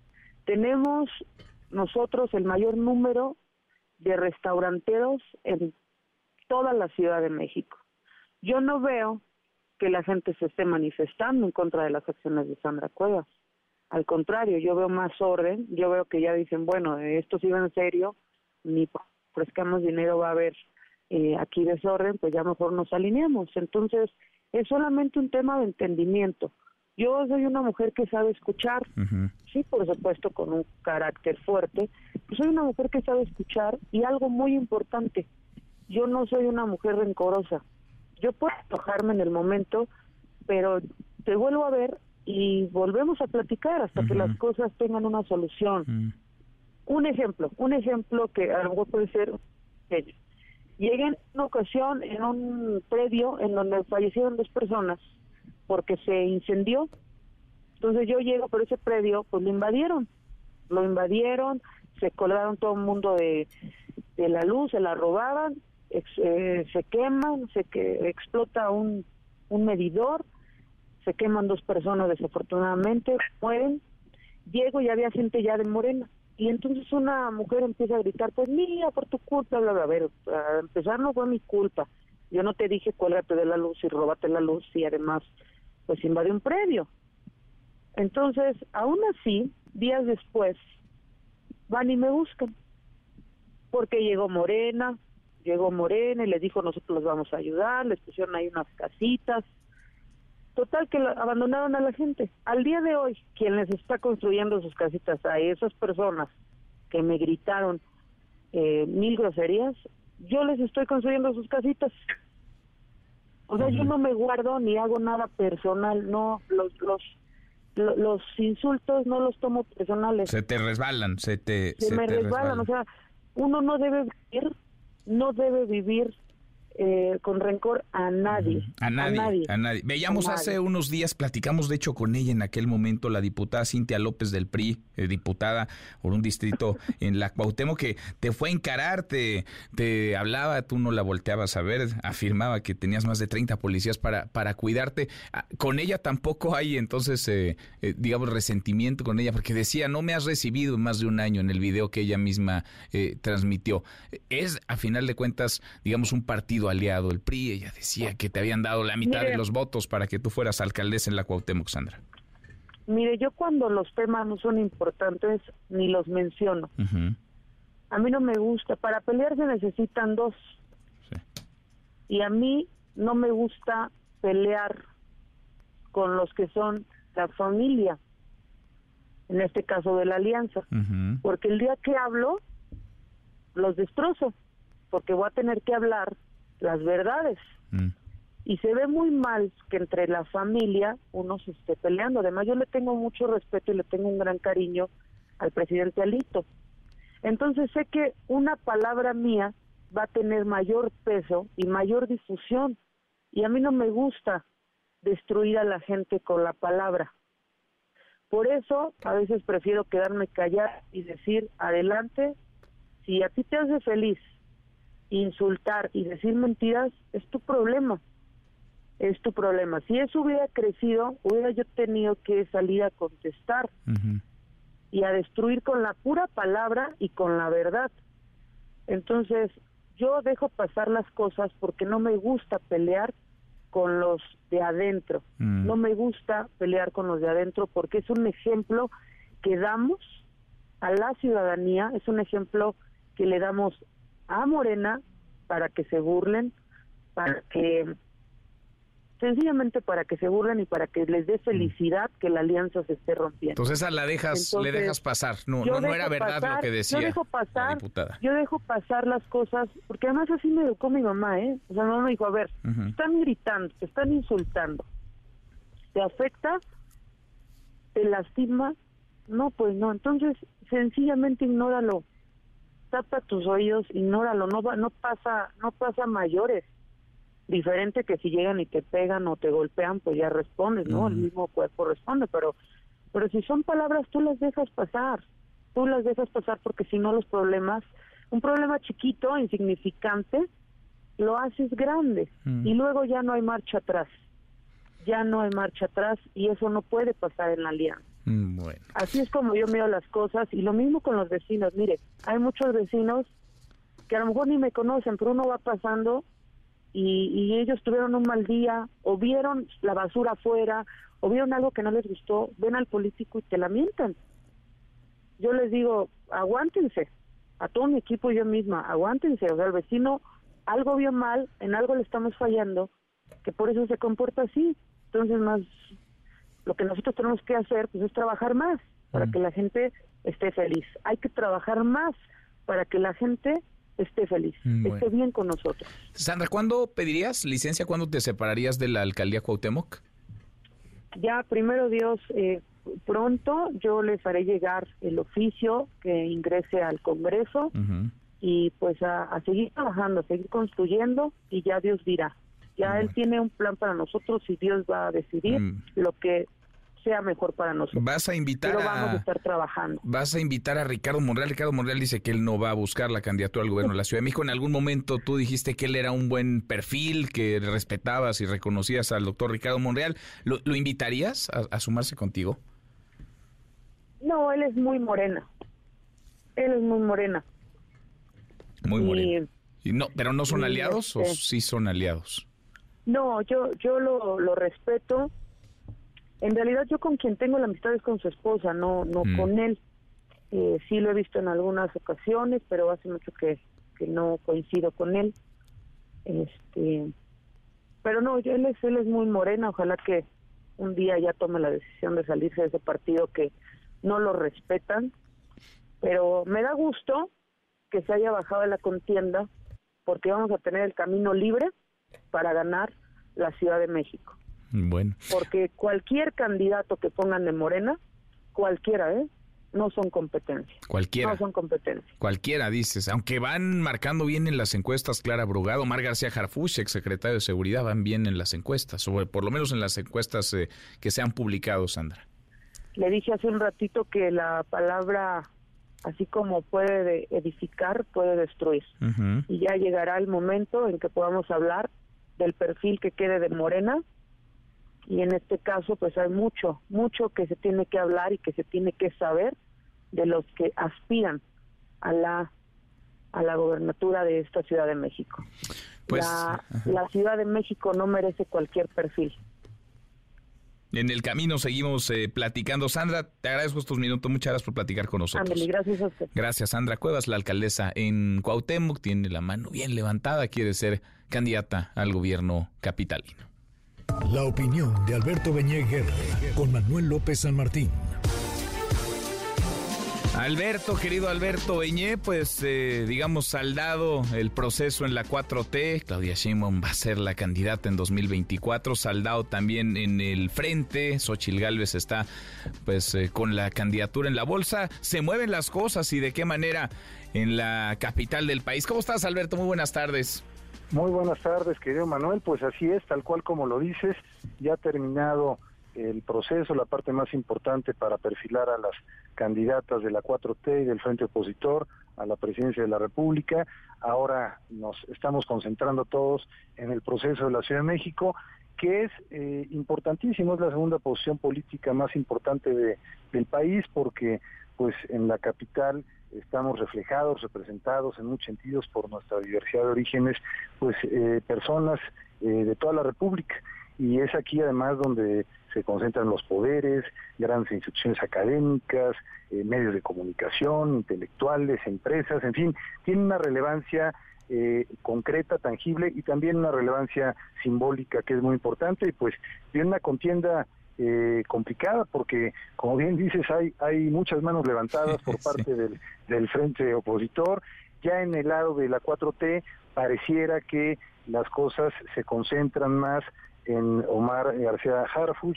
Tenemos nosotros el mayor número de restauranteros en toda la Ciudad de México. Yo no veo que la gente se esté manifestando en contra de las acciones de Sandra Cuevas. Al contrario, yo veo más orden, yo veo que ya dicen, bueno, esto sí va en serio, ni ofrezcamos dinero va a haber aquí desorden, pues ya mejor nos alineamos. Entonces, es solamente un tema de entendimiento. Yo soy una mujer que sabe escuchar, sí, por supuesto, con un carácter fuerte, pero soy una mujer que sabe escuchar y algo muy importante, yo no soy una mujer rencorosa. Yo puedo enojarme en el momento, pero te vuelvo a ver y volvemos a platicar hasta que las cosas tengan una solución. Un ejemplo que a lo mejor puede ser ello. Llegué en una ocasión en un predio en donde fallecieron 2 personas porque se incendió. Entonces yo llego por ese predio, pues lo invadieron, se colgaron todo el mundo de la luz, se la robaban, se queman, explota un medidor, se queman 2 personas desafortunadamente, mueren. Llego y había gente ya de Morena. Y entonces una mujer empieza a gritar, pues mira, por tu culpa, bla, bla. A ver, para empezar no fue mi culpa. Yo no te dije cuélgate de la luz y róbate la luz y además pues invade un predio. Entonces, aún así, días después, van y me buscan. Porque llegó Morena y les dijo nosotros los vamos a ayudar, les pusieron ahí unas casitas. Total que abandonaron a la gente. Al día de hoy, quien les está construyendo sus casitas a esas personas que me gritaron 1000 groserías, yo les estoy construyendo sus casitas. O sea, yo no me guardo ni hago nada personal, no, los insultos no los tomo personales. Se te resbalan, se me resbalan. O sea, uno no debe vivir con rencor a nadie. A nadie. Veíamos hace unos días, platicamos de hecho con ella en aquel momento, la diputada Cintia López del PRI, diputada por un distrito en la Cuauhtémoc, que te fue a encarar, te hablaba, tú no la volteabas a ver, afirmaba que tenías más de 30 policías para cuidarte. Con ella tampoco hay entonces, digamos, resentimiento con ella, porque decía, no me has recibido en más de un año, en el video que ella misma transmitió. Es, a final de cuentas, digamos, un partido aliado, el PRI. Ella decía que te habían dado la mitad de los votos para que tú fueras alcaldesa en la Cuauhtémoc, Sandra. Mire, yo cuando los temas no son importantes ni los menciono. Uh-huh. A mí no me gusta. Para pelear se necesitan 2. Sí. Y a mí no me gusta pelear con los que son la familia, en este caso de la alianza. Uh-huh. Porque el día que hablo, los destrozo, porque voy a tener que hablar las verdades. Y se ve muy mal que entre la familia uno se esté peleando. Además, yo le tengo mucho respeto y le tengo un gran cariño al presidente Alito. Entonces sé que una palabra mía va a tener mayor peso y mayor difusión. Y a mí no me gusta destruir a la gente con la palabra. Por eso, a veces prefiero quedarme callada y decir, adelante, si a ti te hace feliz insultar y decir mentiras, es tu problema. Si eso hubiera crecido, hubiera yo tenido que salir a contestar y a destruir con la pura palabra y con la verdad. Entonces, yo dejo pasar las cosas porque no me gusta pelear con los de adentro. No me gusta pelear con los de adentro porque es un ejemplo que damos a la ciudadanía, es un ejemplo que le damos a Morena para que se burlen, sencillamente para que se burlen y para que les dé felicidad que la alianza se esté rompiendo. Entonces esa le dejas pasar, no era verdad lo que decía la diputada. Yo dejo pasar las cosas, porque además así me educó mi mamá, o sea, mi mamá me dijo, a ver, están gritando, te están insultando, ¿te afecta? ¿Te lastima? No, pues no, entonces sencillamente ignóralo. Tapa tus oídos, ignóralo, no pasa mayores. Diferente que si llegan y te pegan o te golpean, pues ya respondes, ¿no? El mismo cuerpo responde, pero si son palabras, tú las dejas pasar porque si no los problemas, un problema chiquito, insignificante, lo haces grande y luego ya no hay marcha atrás y eso no puede pasar en la alianza. Bueno. Así es como yo miro las cosas y lo mismo con los vecinos. Mire, hay muchos vecinos que a lo mejor ni me conocen, pero uno va pasando y ellos tuvieron un mal día o vieron la basura afuera o vieron algo que no les gustó, ven al político y te lamentan. Yo les digo, aguántense, a todo mi equipo y yo misma, aguántense, o sea, el vecino algo vio mal, en algo le estamos fallando, que por eso se comporta así. Entonces más lo que nosotros tenemos que hacer pues es trabajar más para que la gente esté feliz. Hay que trabajar más para que la gente esté feliz, esté bien con nosotros. Sandra, ¿cuándo pedirías licencia? ¿Cuándo te separarías de la alcaldía Cuauhtémoc? Ya, primero Dios, pronto yo les haré llegar el oficio que ingrese al Congreso y pues a seguir trabajando, a seguir construyendo y ya Dios dirá. Ya Él tiene un plan para nosotros y Dios va a decidir lo que sea mejor para nosotros. Vas a invitar Pero vamos a estar trabajando. Vas a invitar a Ricardo Monreal. Ricardo Monreal dice que él no va a buscar la candidatura al gobierno de la Ciudad de México. En algún momento tú dijiste que él era un buen perfil, que respetabas y reconocías al doctor Ricardo Monreal. ¿Lo invitarías a sumarse contigo? No, él es muy morena. Él es muy morena. Muy morena. ¿Y no, pero no son aliados o sí son aliados? No, yo lo respeto. En realidad yo con quien tengo la amistad es con su esposa, no con él. Sí lo he visto en algunas ocasiones, pero hace mucho que no coincido con él. Pero no, él es muy morena. Ojalá que un día ya tome la decisión de salirse de ese partido que no lo respetan. Pero me da gusto que se haya bajado de la contienda porque vamos a tener el camino libre para ganar la Ciudad de México. Bueno. Porque cualquier candidato que pongan de Morena, cualquiera, no son competencia. Cualquiera. No son competencia. Cualquiera, dices. Aunque van marcando bien en las encuestas Clara Brugada, Omar García Harfuch, exsecretario de Seguridad, van bien en las encuestas, o por lo menos en las encuestas que se han publicado, Sandra. Le dije hace un ratito que la palabra, así como puede edificar, puede destruir. Y ya llegará el momento en que podamos hablar del perfil que quede de Morena. Y en este caso, pues hay mucho que se tiene que hablar y que se tiene que saber de los que aspiran a la gobernatura de esta Ciudad de México. Pues, la Ciudad de México no merece cualquier perfil. En el camino seguimos platicando. Sandra, te agradezco estos minutos. Muchas gracias por platicar con nosotros. Ándale, gracias a usted. Gracias, Sandra Cuevas, la alcaldesa en Cuauhtémoc. Tiene la mano bien levantada, quiere ser candidata al gobierno capitalino. La opinión de Alberto Beñé Guerra con Manuel López San Martín. Alberto, querido Alberto Beñé, pues digamos saldado el proceso en la 4T, Claudia Sheinbaum va a ser la candidata en 2024, saldado también en el frente, Xóchitl Gálvez está pues con la candidatura en la bolsa, se mueven las cosas y de qué manera en la capital del país. ¿Cómo estás, Alberto? Muy buenas tardes. Muy buenas tardes, querido Manuel, pues así es, tal cual como lo dices, ya ha terminado el proceso, la parte más importante para perfilar a las candidatas de la 4T y del Frente Opositor a la presidencia de la República. Ahora nos estamos concentrando todos en el proceso de la Ciudad de México, que es importantísimo, es la segunda posición política más importante del país, porque pues en la capital estamos reflejados, representados en muchos sentidos por nuestra diversidad de orígenes, pues personas de toda la República. Y es aquí además donde se concentran los poderes, grandes instituciones académicas, medios de comunicación, intelectuales, empresas, en fin, tiene una relevancia concreta, tangible y también una relevancia simbólica que es muy importante. Y pues viene una contienda complicada porque, como bien dices, hay muchas manos levantadas por parte del Frente Opositor. Ya en el lado de la 4T pareciera que las cosas se concentran más en Omar García Harfuch,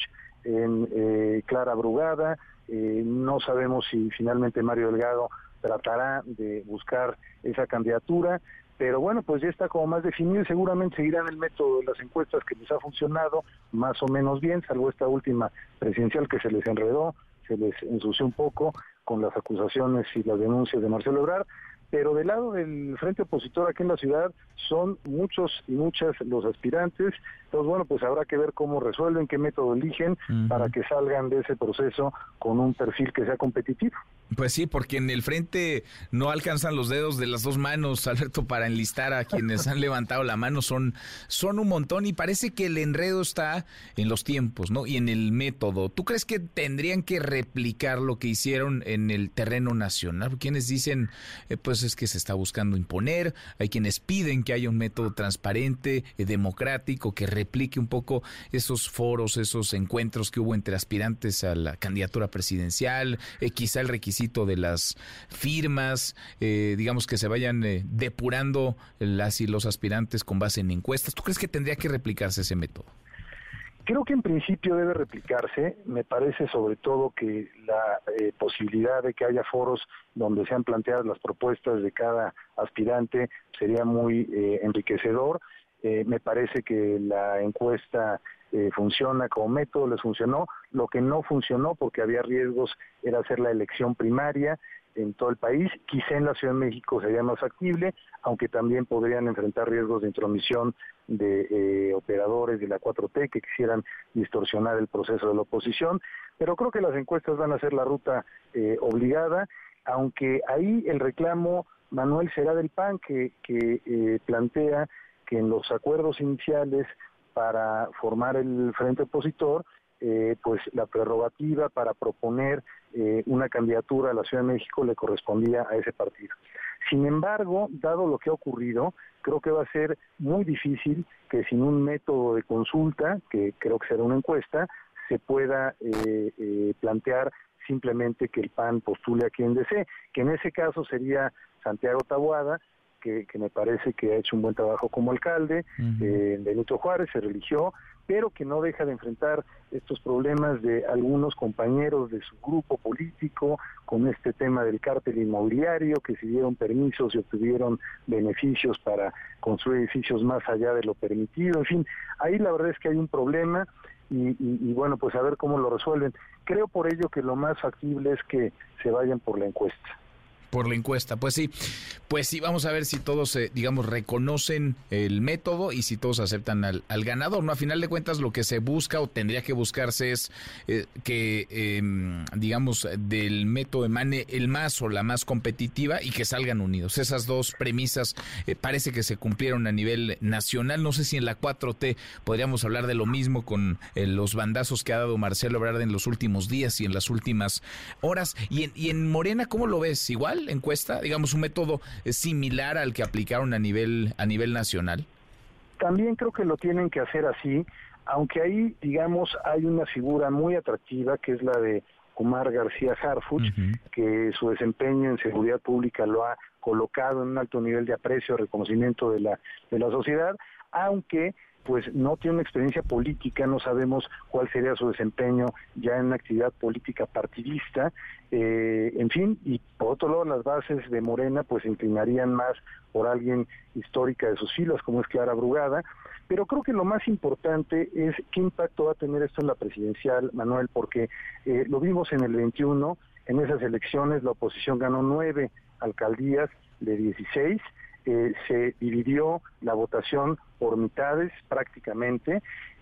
en Clara Brugada. No sabemos si finalmente Mario Delgado tratará de buscar esa candidatura, pero bueno, pues ya está como más definido y seguramente seguirán el método de las encuestas que les ha funcionado más o menos bien, salvo esta última presidencial que se les enredó, se les ensució un poco con las acusaciones y las denuncias de Marcelo Ebrard. Pero del lado del Frente Opositor aquí en la ciudad son muchos y muchas los aspirantes. Entonces, bueno, pues habrá que ver cómo resuelven, qué método eligen para que salgan de ese proceso con un perfil que sea competitivo. Pues sí, porque en el frente no alcanzan los dedos de las dos manos, Alberto, para enlistar a quienes han levantado la mano. Son un montón y parece que el enredo está en los tiempos, ¿no? Y en el método. ¿Tú crees que tendrían que replicar lo que hicieron en el terreno nacional? Quienes dicen, pues es que se está buscando imponer. Hay quienes piden que haya un método transparente, democrático, que replique un poco esos foros, esos encuentros que hubo entre aspirantes a la candidatura presidencial, quizá el requisito de las firmas, digamos que se vayan depurando las y los aspirantes con base en encuestas. ¿Tú crees que tendría que replicarse ese método? Creo que en principio debe replicarse. Me parece sobre todo que la posibilidad de que haya foros donde sean planteadas las propuestas de cada aspirante sería muy enriquecedor. Me parece que la encuesta funciona como método, les funcionó. Lo que no funcionó, porque había riesgos, era hacer la elección primaria en todo el país. Quizá en la Ciudad de México sería más factible, aunque también podrían enfrentar riesgos de intromisión de operadores de la 4T que quisieran distorsionar el proceso de la oposición. Pero creo que las encuestas van a ser la ruta obligada, aunque ahí el reclamo, Manuel, será del PAN, que plantea que en los acuerdos iniciales para formar el frente opositor, pues la prerrogativa para proponer una candidatura a la Ciudad de México le correspondía a ese partido. Sin embargo, dado lo que ha ocurrido, creo que va a ser muy difícil que sin un método de consulta, que creo que será una encuesta, se pueda plantear simplemente que el PAN postule a quien desee, que en ese caso sería Santiago Taboada, que me parece que ha hecho un buen trabajo como alcalde. Benito Juárez se religió, pero que no deja de enfrentar estos problemas de algunos compañeros de su grupo político con este tema del cártel inmobiliario, que se dieron permisos y obtuvieron beneficios para construir edificios más allá de lo permitido. En fin, ahí la verdad es que hay un problema y bueno, pues a ver cómo lo resuelven. Creo por ello que lo más factible es que se vayan por la encuesta. Por la encuesta, pues sí, vamos a ver si todos, digamos, reconocen el método y si todos aceptan al ganador, ¿no? A final de cuentas, lo que se busca o tendría que buscarse es que, digamos, del método emane el más o la más competitiva y que salgan unidos. Esas dos premisas parece que se cumplieron a nivel nacional. No sé si en la 4T podríamos hablar de lo mismo con los bandazos que ha dado Marcelo Ebrard en los últimos días y en las últimas horas. Y en Morena, ¿cómo lo ves? ¿Igual? Encuesta, digamos, un método similar al que aplicaron a nivel nacional. También creo que lo tienen que hacer así, aunque ahí, digamos, hay una figura muy atractiva que es la de Omar García Harfuch, que su desempeño en seguridad pública lo ha colocado en un alto nivel de aprecio, reconocimiento de la sociedad, aunque pues no tiene una experiencia política, no sabemos cuál sería su desempeño ya en una actividad política partidista, en fin, y por otro lado las bases de Morena pues se inclinarían más por alguien histórica de sus filas como es Clara Brugada, pero creo que lo más importante es qué impacto va a tener esto en la presidencial, Manuel, porque lo vimos en el 21, en esas elecciones la oposición ganó 9 alcaldías de 16, se dividió la votación por mitades prácticamente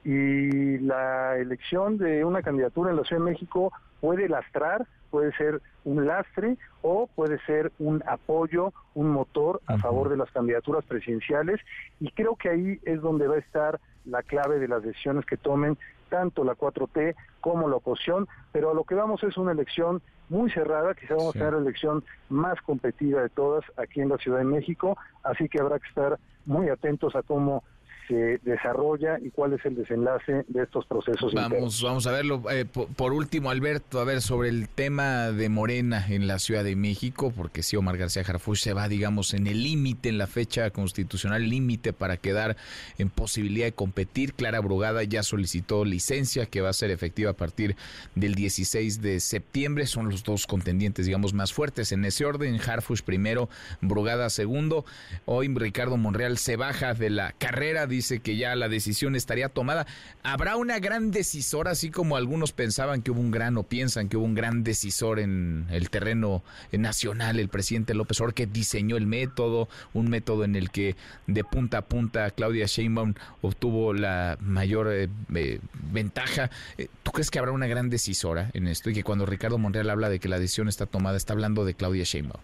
y la elección de una candidatura en la Ciudad de México puede lastrar, puede ser un lastre o puede ser un apoyo, un motor a favor de las candidaturas presidenciales y creo que ahí es donde va a estar la clave de las decisiones que tomen tanto la 4T como la oposición, pero a lo que vamos es una elección muy cerrada, quizá vamos a tener la elección más competitiva de todas aquí en la Ciudad de México, así que habrá que estar muy atentos a cómo se desarrolla y cuál es el desenlace de estos procesos internos. Vamos a verlo. Por último, Alberto, a ver, sobre el tema de Morena en la Ciudad de México, porque sí, Omar García Harfuch se va, digamos, en el límite, en la fecha constitucional límite para quedar en posibilidad de competir. Clara Brugada ya solicitó licencia, que va a ser efectiva a partir del 16 de septiembre. Son los dos contendientes, digamos, más fuertes en ese orden. Harfuch primero, Brugada segundo. Hoy Ricardo Monreal se baja de la carrera, dice que ya la decisión estaría tomada. ¿Habrá una gran decisora, así como algunos pensaban que hubo un gran o piensan que hubo un gran decisor en el terreno nacional, el presidente López Obrador, que diseñó el método, un método en el que de punta a punta Claudia Sheinbaum obtuvo la mayor ventaja? ¿Tú crees que habrá una gran decisora en esto y que cuando Ricardo Monreal habla de que la decisión está tomada, está hablando de Claudia Sheinbaum?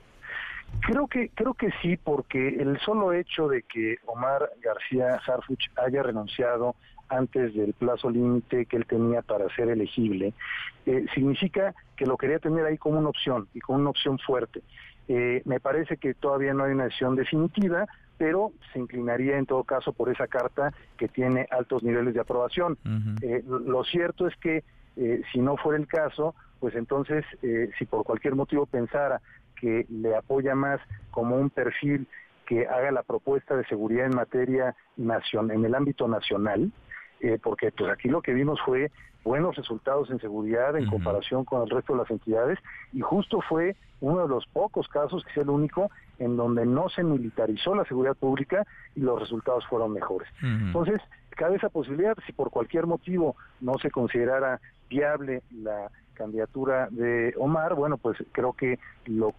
Creo que sí, porque el solo hecho de que Omar García Harfuch haya renunciado antes del plazo límite que él tenía para ser elegible, significa que lo quería tener ahí como una opción, y como una opción fuerte. Me parece que todavía no hay una decisión definitiva, pero se inclinaría en todo caso por esa carta que tiene altos niveles de aprobación. Lo cierto es que si no fuera el caso, pues entonces, si por cualquier motivo pensara que le apoya más como un perfil que haga la propuesta de seguridad en materia en el ámbito nacional, porque pues aquí lo que vimos fue buenos resultados en seguridad en comparación con el resto de las entidades, y justo fue uno de los pocos casos, que es el único, en donde no se militarizó la seguridad pública y los resultados fueron mejores. Entonces, cabe esa posibilidad, si por cualquier motivo no se considerara viable la candidatura de Omar, bueno, pues creo que lo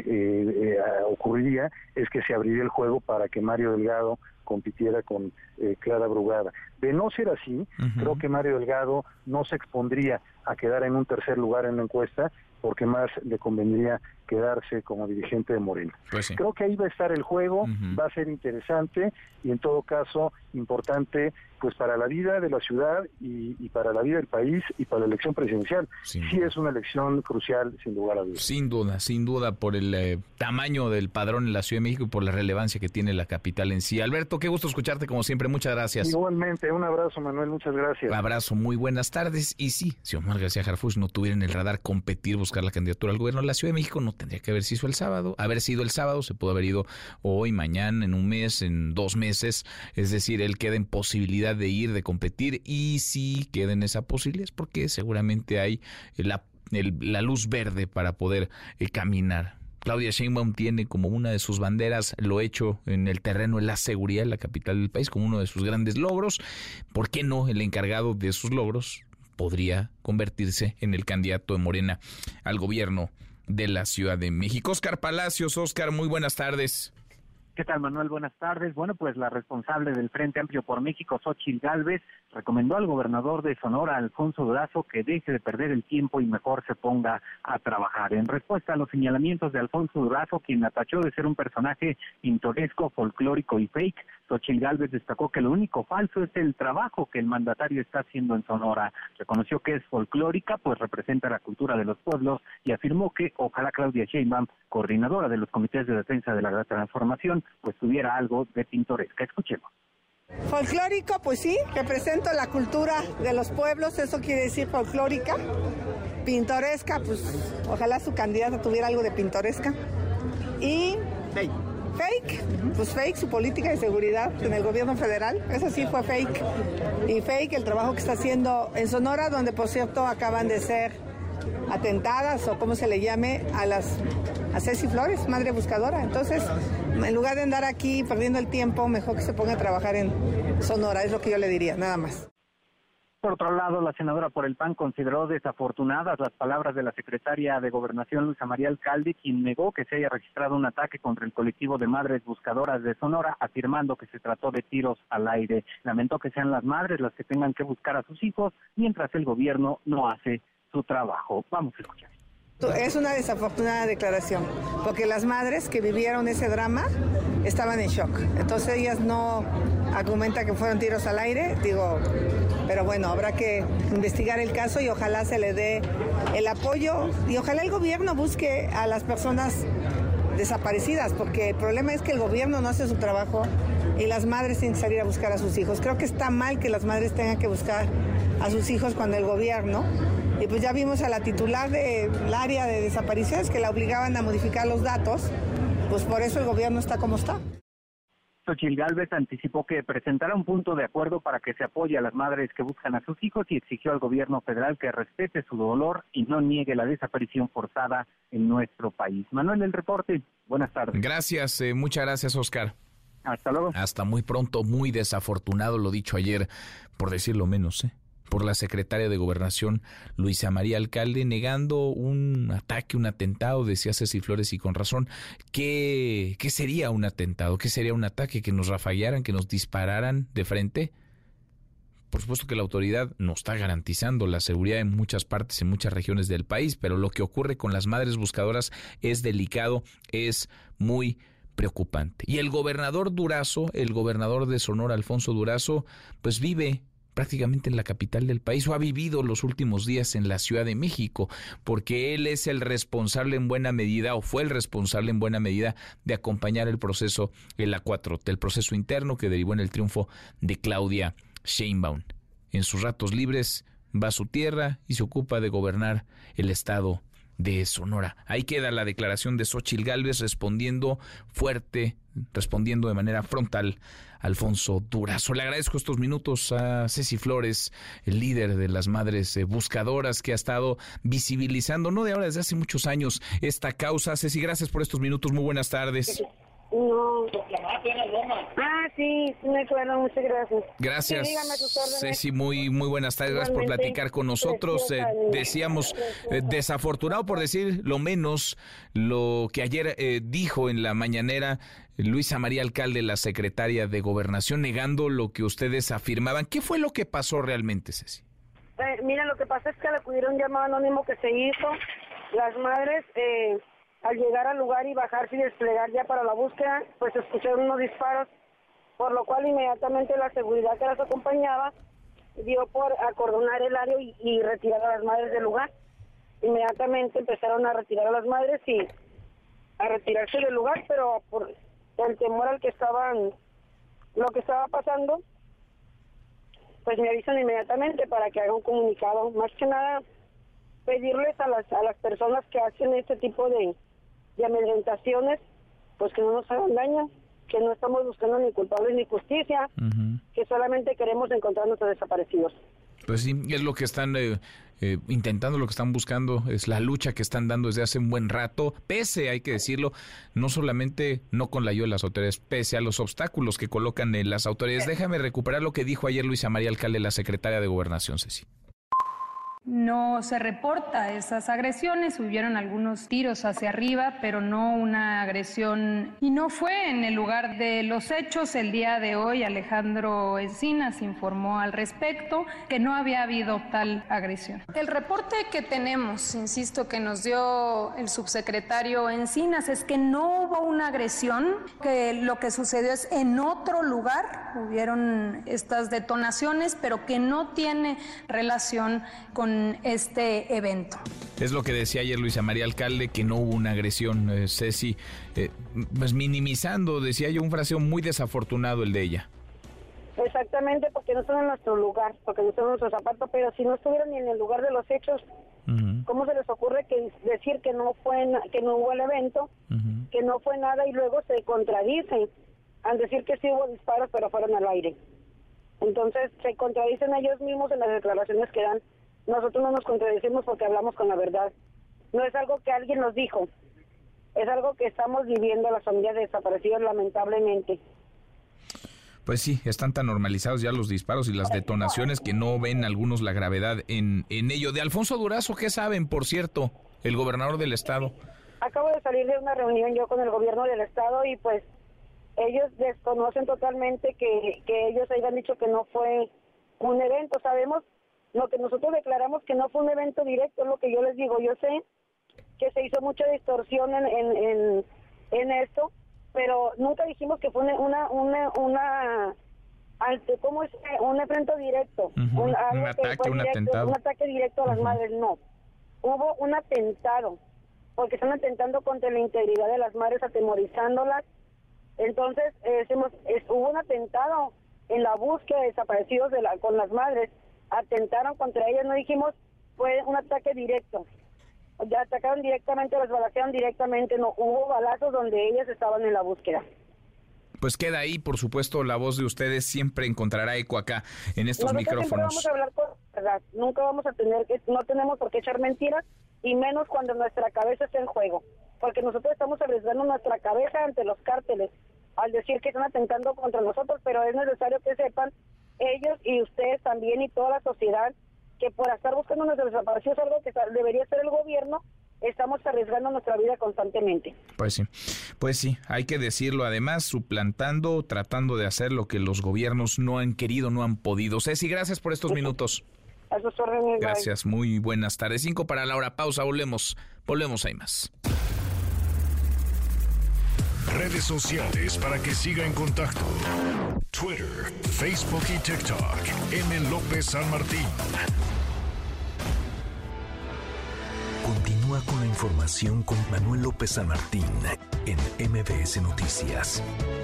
que ocurriría es que se abriría el juego para que Mario Delgado compitiera con Clara Brugada. De no ser así, creo que Mario Delgado no se expondría a quedar en un tercer lugar en la encuesta, porque más le convendría quedarse como dirigente de Morena. Pues sí. Creo que ahí va a estar el juego, va a ser interesante y en todo caso importante pues para la vida de la ciudad y para la vida del país y para la elección presidencial. Sí es una elección crucial, sin lugar a dudas. Sin duda, por el tamaño del padrón en la Ciudad de México y por la relevancia que tiene la capital en sí. Alberto, qué gusto escucharte como siempre, muchas gracias. Igualmente, un abrazo, Manuel, muchas gracias. Abrazo, muy buenas tardes. Y sí, si Omar García Harfuch no tuviera en el radar competir, buscar la candidatura al gobierno de la Ciudad de México, no tendría que haber sido el sábado, se pudo haber ido hoy, mañana, en un mes, en 2 meses, es decir, él queda en posibilidad de ir, de competir, y si queda en esa posibilidad es porque seguramente hay la luz verde para poder caminar. Claudia Sheinbaum tiene como una de sus banderas lo hecho en el terreno de la seguridad en la capital del país, como uno de sus grandes logros. ¿Por qué no el encargado de sus logros podría convertirse en el candidato de Morena al gobierno de la Ciudad de México? Óscar Palacios. Óscar, muy buenas tardes. ¿Qué tal, Manuel? Buenas tardes. Bueno, pues la responsable del Frente Amplio por México, Xóchitl Gálvez, recomendó al gobernador de Sonora, Alfonso Durazo, que deje de perder el tiempo y mejor se ponga a trabajar. En respuesta a los señalamientos de Alfonso Durazo, quien la tachó de ser un personaje pintoresco, folclórico y fake, Xóchitl Gálvez destacó que lo único falso es el trabajo que el mandatario está haciendo en Sonora. Reconoció que es folclórica, pues representa la cultura de los pueblos, y afirmó que ojalá Claudia Sheinbaum, coordinadora de los comités de defensa de la transformación, pues tuviera algo de pintoresca. Escuchemos. Folclórico, pues sí, represento la cultura de los pueblos, eso quiere decir folclórica. Pintoresca, pues ojalá su candidata tuviera algo de pintoresca. Y fake, pues fake su política de seguridad en el gobierno federal, eso sí fue fake. Y fake el trabajo que está haciendo en Sonora, donde por cierto acaban de ser atentadas, o como se le llame, a Ceci Flores, madre buscadora. Entonces, en lugar de andar aquí perdiendo el tiempo, mejor que se ponga a trabajar en Sonora, es lo que yo le diría, nada más. Por otro lado, la senadora por el PAN consideró desafortunadas las palabras de la secretaria de Gobernación, Luisa María Alcalde, quien negó que se haya registrado un ataque contra el colectivo de madres buscadoras de Sonora, afirmando que se trató de tiros al aire. Lamentó que sean las madres las que tengan que buscar a sus hijos, mientras el gobierno no hace su trabajo. Vamos a escuchar. Es una desafortunada declaración, porque las madres que vivieron ese drama estaban en shock. Entonces ellas no argumentan que fueron tiros al aire, pero bueno, habrá que investigar el caso y ojalá se le dé el apoyo y ojalá el gobierno busque a las personas desaparecidas, porque el problema es que el gobierno no hace su trabajo y las madres tienen que salir a buscar a sus hijos. Creo que está mal que las madres tengan que buscar a sus hijos cuando el gobierno, y pues ya vimos a la titular del área de desapariciones que la obligaban a modificar los datos, pues por eso el gobierno está como está. Xóchitl Gálvez anticipó que presentará un punto de acuerdo para que se apoye a las madres que buscan a sus hijos y exigió al gobierno federal que respete su dolor y no niegue la desaparición forzada en nuestro país. Manuel, el reporte. Buenas tardes. Gracias, muchas gracias, Óscar. Hasta luego. Hasta muy pronto. Muy desafortunado lo dicho ayer, por decirlo menos, por la secretaria de Gobernación, Luisa María Alcalde, negando un ataque, un atentado, decía Ceci Flores, y con razón. ¿Qué sería un atentado? ¿Qué sería un ataque? ¿Que nos rafaguearan, que nos dispararan de frente? Por supuesto que la autoridad nos está garantizando la seguridad en muchas partes, en muchas regiones del país, pero lo que ocurre con las madres buscadoras es delicado, es muy preocupante. Y el gobernador Durazo, el gobernador de Sonora, Alfonso Durazo, pues vive prácticamente en la capital del país, o ha vivido los últimos días en la Ciudad de México, porque él es el responsable en buena medida, o fue el responsable en buena medida, de acompañar el proceso en la 4T, el proceso interno que derivó en el triunfo de Claudia Sheinbaum. En sus ratos libres va a su tierra y se ocupa de gobernar el estado de Sonora. Ahí queda la declaración de Xóchitl Gálvez respondiendo fuerte, respondiendo de manera frontal a Alfonso Durazo. Le agradezco estos minutos a Ceci Flores, el líder de las Madres Buscadoras, que ha estado visibilizando, no de ahora, desde hace muchos años, esta causa. Ceci, gracias por estos minutos. Muy buenas tardes. No. Sí, me acuerdo, muchas gracias. Gracias, sí, Ceci, muy buenas tardes, gracias por platicar con nosotros. Decíamos, desafortunado por decir lo menos, lo que ayer dijo en la mañanera Luisa María Alcalde, la secretaria de Gobernación, negando lo que ustedes afirmaban. ¿Qué fue lo que pasó realmente, Ceci? Mira, lo que pasa es que al acudir a un llamado anónimo que se hizo, las madres... al llegar al lugar y bajarse y desplegar ya para la búsqueda, pues escucharon unos disparos, por lo cual inmediatamente la seguridad que las acompañaba dio por acordonar el área y retirar a las madres del lugar. Inmediatamente empezaron a retirar a las madres y a retirarse del lugar, pero por el temor al que lo que estaba pasando, pues me avisan inmediatamente para que haga un comunicado. Más que nada, pedirles a las personas que hacen este tipo de amedrentaciones, pues que no nos hagan daño, que no estamos buscando ni culpables ni justicia, que solamente queremos encontrar a nuestros desaparecidos. Pues sí, es lo que están intentando, lo que están buscando, es la lucha que están dando desde hace un buen rato, pese, hay que decirlo, no solamente no con la ayuda de las autoridades, pese a los obstáculos que colocan en las autoridades. Déjame recuperar lo que dijo ayer Luisa María Alcalde, la secretaria de Gobernación, Ceci. No se reporta esas agresiones, hubieron algunos tiros hacia arriba, pero no una agresión. Y no fue en el lugar de los hechos. El día de hoy Alejandro Encinas informó al respecto que no había habido tal agresión. El reporte que tenemos, insisto, que nos dio el subsecretario Encinas, es que no hubo una agresión, que lo que sucedió es en otro lugar, hubieron estas detonaciones, pero que no tiene relación con este evento. Es lo que decía ayer Luisa María Alcalde, que no hubo una agresión, Ceci, pues minimizando, decía yo, un fraseo muy desafortunado el de ella. Exactamente, porque no están en nuestro lugar, porque no están en nuestro zapato, pero si no estuvieran ni en el lugar de los hechos, ¿cómo se les ocurre decir que no hubo el evento, que no fue nada y luego se contradicen al decir que sí hubo disparos pero fueron al aire? Entonces se contradicen ellos mismos en las declaraciones que dan. Nosotros no nos contradecimos porque hablamos con la verdad. No es algo que alguien nos dijo, es algo que estamos viviendo las familias de desaparecidos, lamentablemente. Pues sí, están tan normalizados ya los disparos y las detonaciones que no ven algunos la gravedad en ello. De Alfonso Durazo, ¿qué saben, por cierto, el gobernador del estado? Acabo de salir de una reunión yo con el gobierno del estado y pues ellos desconocen totalmente que ellos hayan dicho que no fue un evento. Sabemos lo que nosotros declaramos que no fue un evento directo, es lo que yo les digo. Yo sé que se hizo mucha distorsión en esto, pero nunca dijimos que fue un evento directo, un ataque directo a las madres. No, hubo un atentado, porque están atentando contra la integridad de las madres, atemorizándolas. Entonces hubo un atentado en la búsqueda de desaparecidos con las madres. Atentaron contra ellas, no dijimos fue un ataque directo, ya atacaron directamente, las balacearon directamente, no hubo balazos donde ellas estaban en la búsqueda. Pues queda ahí, por supuesto, la voz de ustedes siempre encontrará eco acá en estos micrófonos. Siempre vamos a hablar con verdad, nunca vamos a no tenemos por qué echar mentiras, y menos cuando nuestra cabeza está en juego, porque nosotros estamos arriesgando nuestra cabeza ante los cárteles al decir que están atentando contra nosotros, pero es necesario que sepan ellos y ustedes también y toda la sociedad que por estar buscando nuestros desaparecidos, algo que debería ser el gobierno, estamos arriesgando nuestra vida constantemente. Pues sí, hay que decirlo, además suplantando, tratando de hacer lo que los gobiernos no han querido, no han podido. Ceci, gracias por estos minutos. A sus órdenes. Gracias, muy buenas tardes. 5 para la hora, pausa, volvemos, hay más. Redes sociales para que siga en contacto: Twitter, Facebook y TikTok. M. López San Martín. Continúa con la información con Manuel López San Martín en MBS Noticias.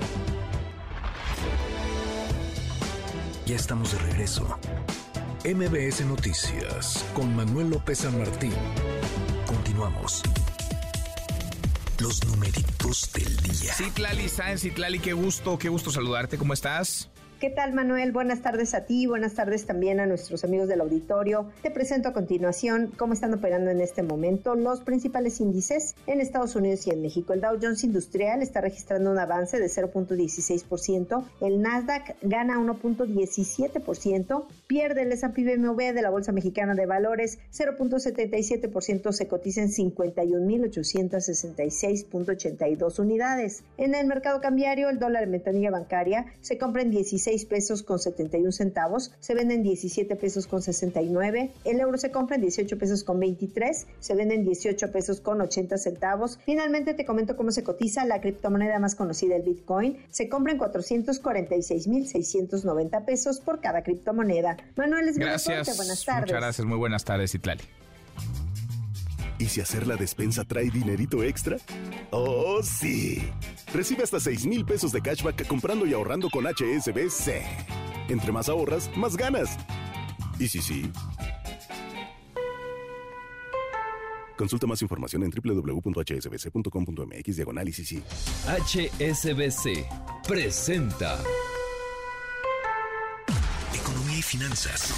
Ya estamos de regreso. MBS Noticias con Manuel López San Martín. Continúa. Continuamos. Los numeritos del día. Citlali Sáenz, Citlali, qué gusto saludarte. ¿Cómo estás? ¿Qué tal, Manuel? Buenas tardes a ti, buenas tardes también a nuestros amigos del auditorio. Te presento a continuación cómo están operando en este momento los principales índices en Estados Unidos y en México. El Dow Jones Industrial está registrando un avance de 0.16%, el Nasdaq gana 1.17%, pierde el S&P BMV de la Bolsa Mexicana de Valores 0.77%, se cotiza en 51.866.82 unidades. En el mercado cambiario, el dólar en ventanilla bancaria se compra en 16 pesos con 71 centavos, se vende en 17 pesos con 69, el euro se compra en 18 pesos con 23, se vende en 18 pesos con 80 centavos. Finalmente te comento cómo se cotiza la criptomoneda más conocida, el Bitcoin, se compra en 446,690 pesos por cada criptomoneda. Manuel, es gracias. Buenas tardes. Muchas gracias, muy buenas tardes, Citlali. ¿Y si hacer la despensa trae dinerito extra? ¡Oh, sí! Recibe hasta 6,000 pesos de cashback comprando y ahorrando con HSBC. Entre más ahorras, más ganas. ¿Y sí? Consulta más información en www.hsbc.com.mx/ICC. HSBC presenta Economía y finanzas.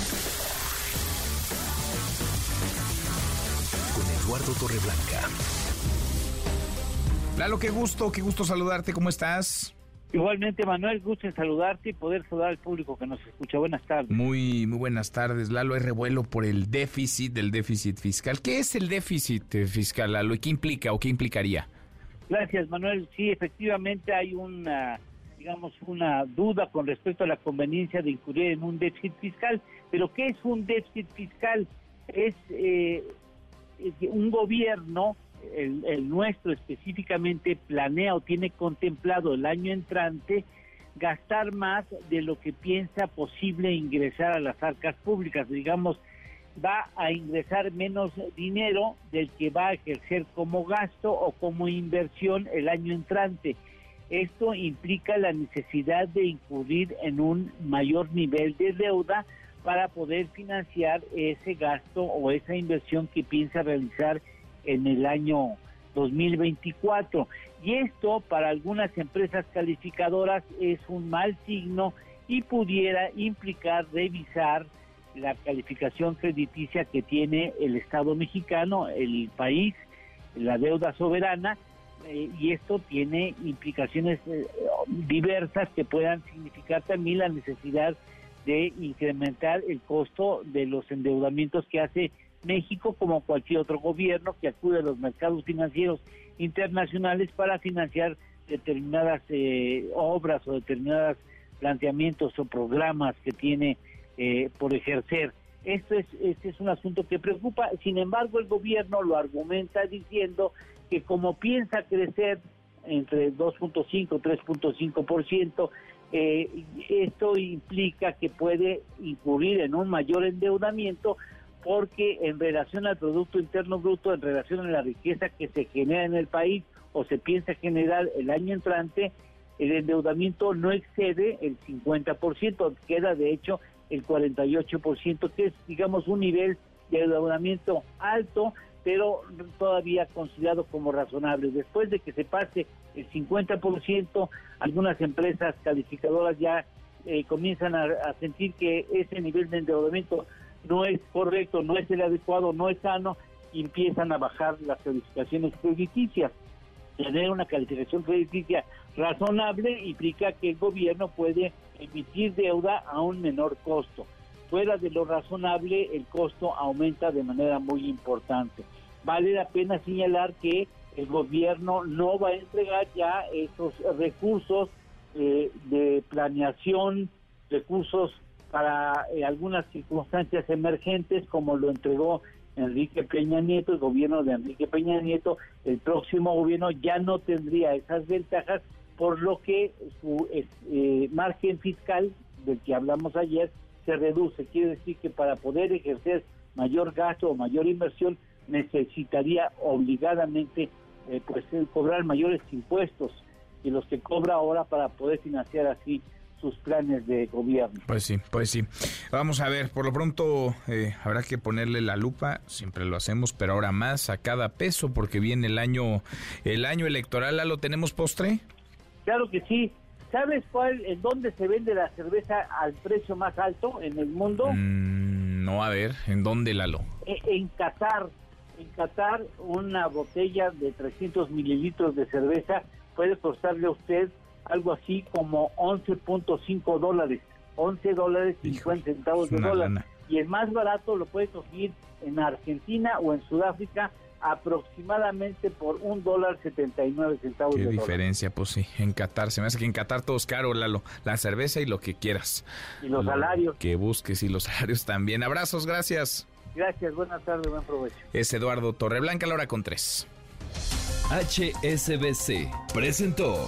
Con Eduardo Torreblanca. Lalo, qué gusto saludarte, ¿cómo estás? Igualmente, Manuel, gusto en saludarte y poder saludar al público que nos escucha. Buenas tardes. Muy buenas tardes, Lalo. Hay revuelo por el déficit fiscal. ¿Qué es el déficit fiscal, Lalo? ¿Y qué implica o qué implicaría? Gracias, Manuel. Sí, efectivamente hay una duda con respecto a la conveniencia de incurrir en un déficit fiscal. ¿Pero qué es un déficit fiscal? Es un gobierno, el nuestro específicamente, planea o tiene contemplado el año entrante gastar más de lo que piensa posible ingresar a las arcas públicas. Digamos, va a ingresar menos dinero del que va a ejercer como gasto o como inversión el año entrante. Esto implica la necesidad de incurrir en un mayor nivel de deuda para poder financiar ese gasto o esa inversión que piensa realizar en el año 2024. Y esto para algunas empresas calificadoras es un mal signo y pudiera implicar revisar la calificación crediticia que tiene el Estado mexicano, el país, la deuda soberana, y esto tiene implicaciones diversas que puedan significar también la necesidad de incrementar el costo de los endeudamientos que hace México, como cualquier otro gobierno que acude a los mercados financieros internacionales para financiar determinadas obras o determinados planteamientos o programas que tiene por ejercer. Este es un asunto que preocupa. Sin embargo, el gobierno lo argumenta diciendo que como piensa crecer entre 2.5 y 3.5%, esto implica que puede incurrir en un mayor endeudamiento, porque en relación al Producto Interno Bruto, en relación a la riqueza que se genera en el país o se piensa generar el año entrante, el endeudamiento no excede el 50%, queda de hecho el 48%, que es, digamos, un nivel de endeudamiento alto, pero todavía considerado como razonable. Después de que se pase el 50%, algunas empresas calificadoras ya comienzan a sentir que ese nivel de endeudamiento no es correcto, no es el adecuado, no es sano, y empiezan a bajar las calificaciones crediticias. Tener una calificación crediticia razonable implica que el gobierno puede emitir deuda a un menor costo. Fuera de lo razonable, el costo aumenta de manera muy importante. Vale la pena señalar que el gobierno no va a entregar ya esos recursos de planeación, recursos para algunas circunstancias emergentes, como lo entregó Enrique Peña Nieto, el gobierno de Enrique Peña Nieto. El próximo gobierno ya no tendría esas ventajas, por lo que su margen fiscal, del que hablamos ayer, se reduce. Quiere decir que para poder ejercer mayor gasto o mayor inversión, necesitaría obligadamente cobrar mayores impuestos que los que cobra ahora, para poder financiar así sus planes de gobierno. Pues sí. Vamos a ver, por lo pronto habrá que ponerle la lupa, siempre lo hacemos, pero ahora más a cada peso, porque viene el año electoral. ¿Lo tenemos postre? Claro que sí. ¿Sabes en dónde se vende la cerveza al precio más alto en el mundo? No, a ver, ¿en dónde, Lalo? En Qatar. En Qatar, una botella de 300 mililitros de cerveza puede costarle a usted algo así como $11.5, $11.50 de dólar. Lana. Y el más barato lo puede conseguir en Argentina o en Sudáfrica aproximadamente por $1.79 de dólar. Qué diferencia, pues sí, en Qatar. Se me hace que en Qatar todo es caro, Lalo. La cerveza y lo que quieras. Y los salarios. Que busques, y los salarios también. Abrazos, gracias. Gracias, buenas tardes, buen provecho. Es Eduardo Torreblanca, la hora con 3. HSBC presentó.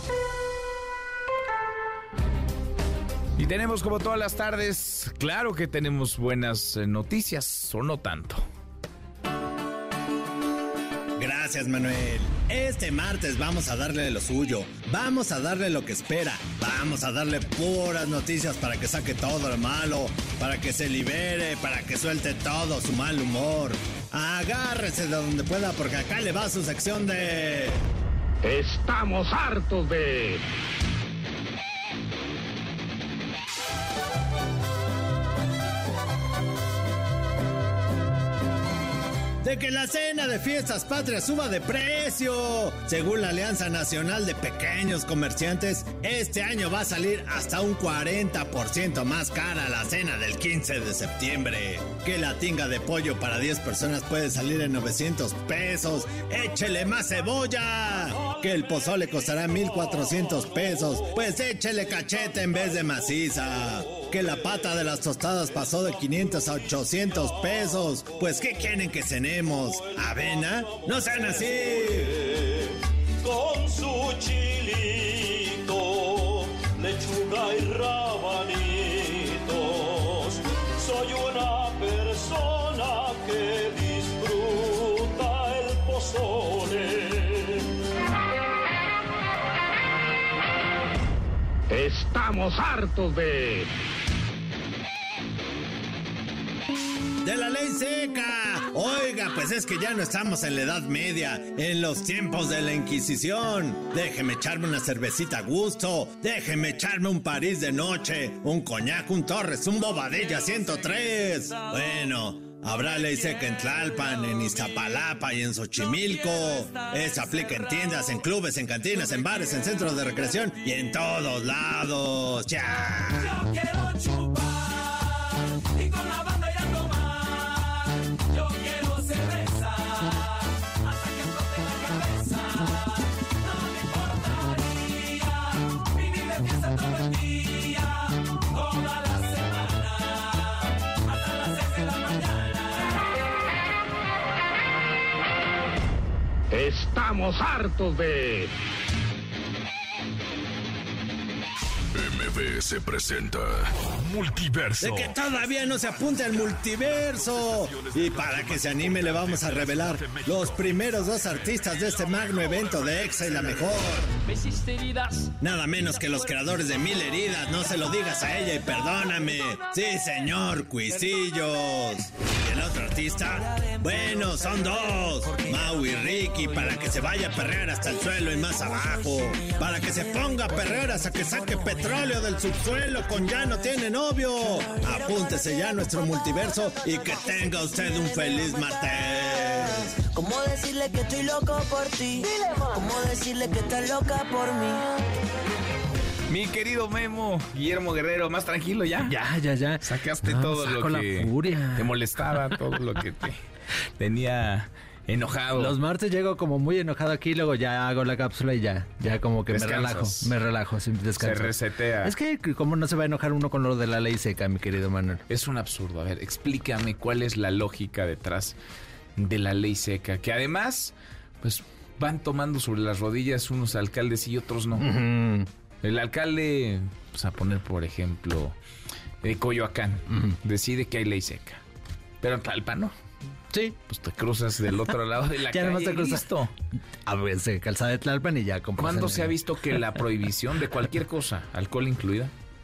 Y tenemos, como todas las tardes, claro que tenemos buenas noticias, o no tanto. Gracias, Manuel. Este martes vamos a darle lo suyo, vamos a darle lo que espera, vamos a darle puras noticias para que saque todo lo malo, para que se libere, para que suelte todo su mal humor. Agárrese de donde pueda, porque acá le va su sección de... Estamos hartos de... de que la cena de fiestas patrias suba de precio. Según la Alianza Nacional de Pequeños Comerciantes, este año va a salir hasta un 40% más cara la cena del 15 de septiembre. Que la tinga de pollo para 10 personas puede salir en 900 pesos. ¡Échele más cebolla! Que el pozole costará 1,400 pesos. Pues échele cachete en vez de maciza. Que la pata de las tostadas pasó de 500 a 800 pesos. Pues ¿qué quieren que cenemos? ¿Avena? ¡No sean así! Con su chilito, lechuga y rabanitos. Soy una persona que disfruta el pozole. Estamos hartos de la ley seca. Oiga, pues es que ya no estamos en la Edad Media, en los tiempos de la Inquisición. Déjeme echarme una cervecita a gusto, déjeme echarme un París de noche, un coñac, un Torres, un Bobadilla 103. Bueno, habrá ley seca en Tlalpan, en Iztapalapa y en Xochimilco. Eso aplica en tiendas, en clubes, en cantinas, en bares, en centros de recreación y en todos lados. ¡Ya! Yo quiero chupar y con la banda ir a tomar. Yo quiero cerveza hasta que explote la cabeza. No me importaría vivir de fiesta todo el día, toda la semana, hasta las 6 de la mañana. Estamos hartos de... MBS presenta Multiverso. De que todavía no se apunte al multiverso. Y para que se anime le vamos a revelar los primeros 2 artistas de este magno evento de Exa y la Mejor. Nada menos que los creadores de 1000 heridas. No se lo digas a ella y perdóname. Sí, señor, Cuisillos. ¿Y el otro artista? Bueno, son 2. Mau y Ricky, para que se vaya a perrear hasta el suelo y más abajo. Para que se ponga a perrear hasta que saque petróleo del subsuelo con Ya no tiene novio. Apúntese ya a nuestro multiverso y que tenga usted un feliz martes. ¿Cómo decirle que estoy loco por ti? ¿Cómo decirle que estás loca por mí? Mi querido Memo, Guillermo Guerrero, más tranquilo ya. Ya. Sacaste todo lo que te molestaba, todo lo que te tenía enojado. Los martes llego como muy enojado aquí, luego ya hago la cápsula y ya como que me relajo, sin descanso. Se resetea. Es que como no se va a enojar uno con lo de la ley seca, mi querido Manuel. Es un absurdo. A ver, explícame cuál es la lógica detrás de la ley seca, que además, pues van tomando sobre las rodillas unos alcaldes y otros no. Uh-huh. El alcalde, pues a poner por ejemplo, de Coyoacán, decide que hay ley seca, pero en Tlalpan no. Sí. Pues te cruzas del otro lado de la ya calle. Ya no te cruzas. Listo. A veces calzada de Tlalpan y ya compras. ¿Cuándo se ha visto que la prohibición de cualquier cosa, alcohol incluida,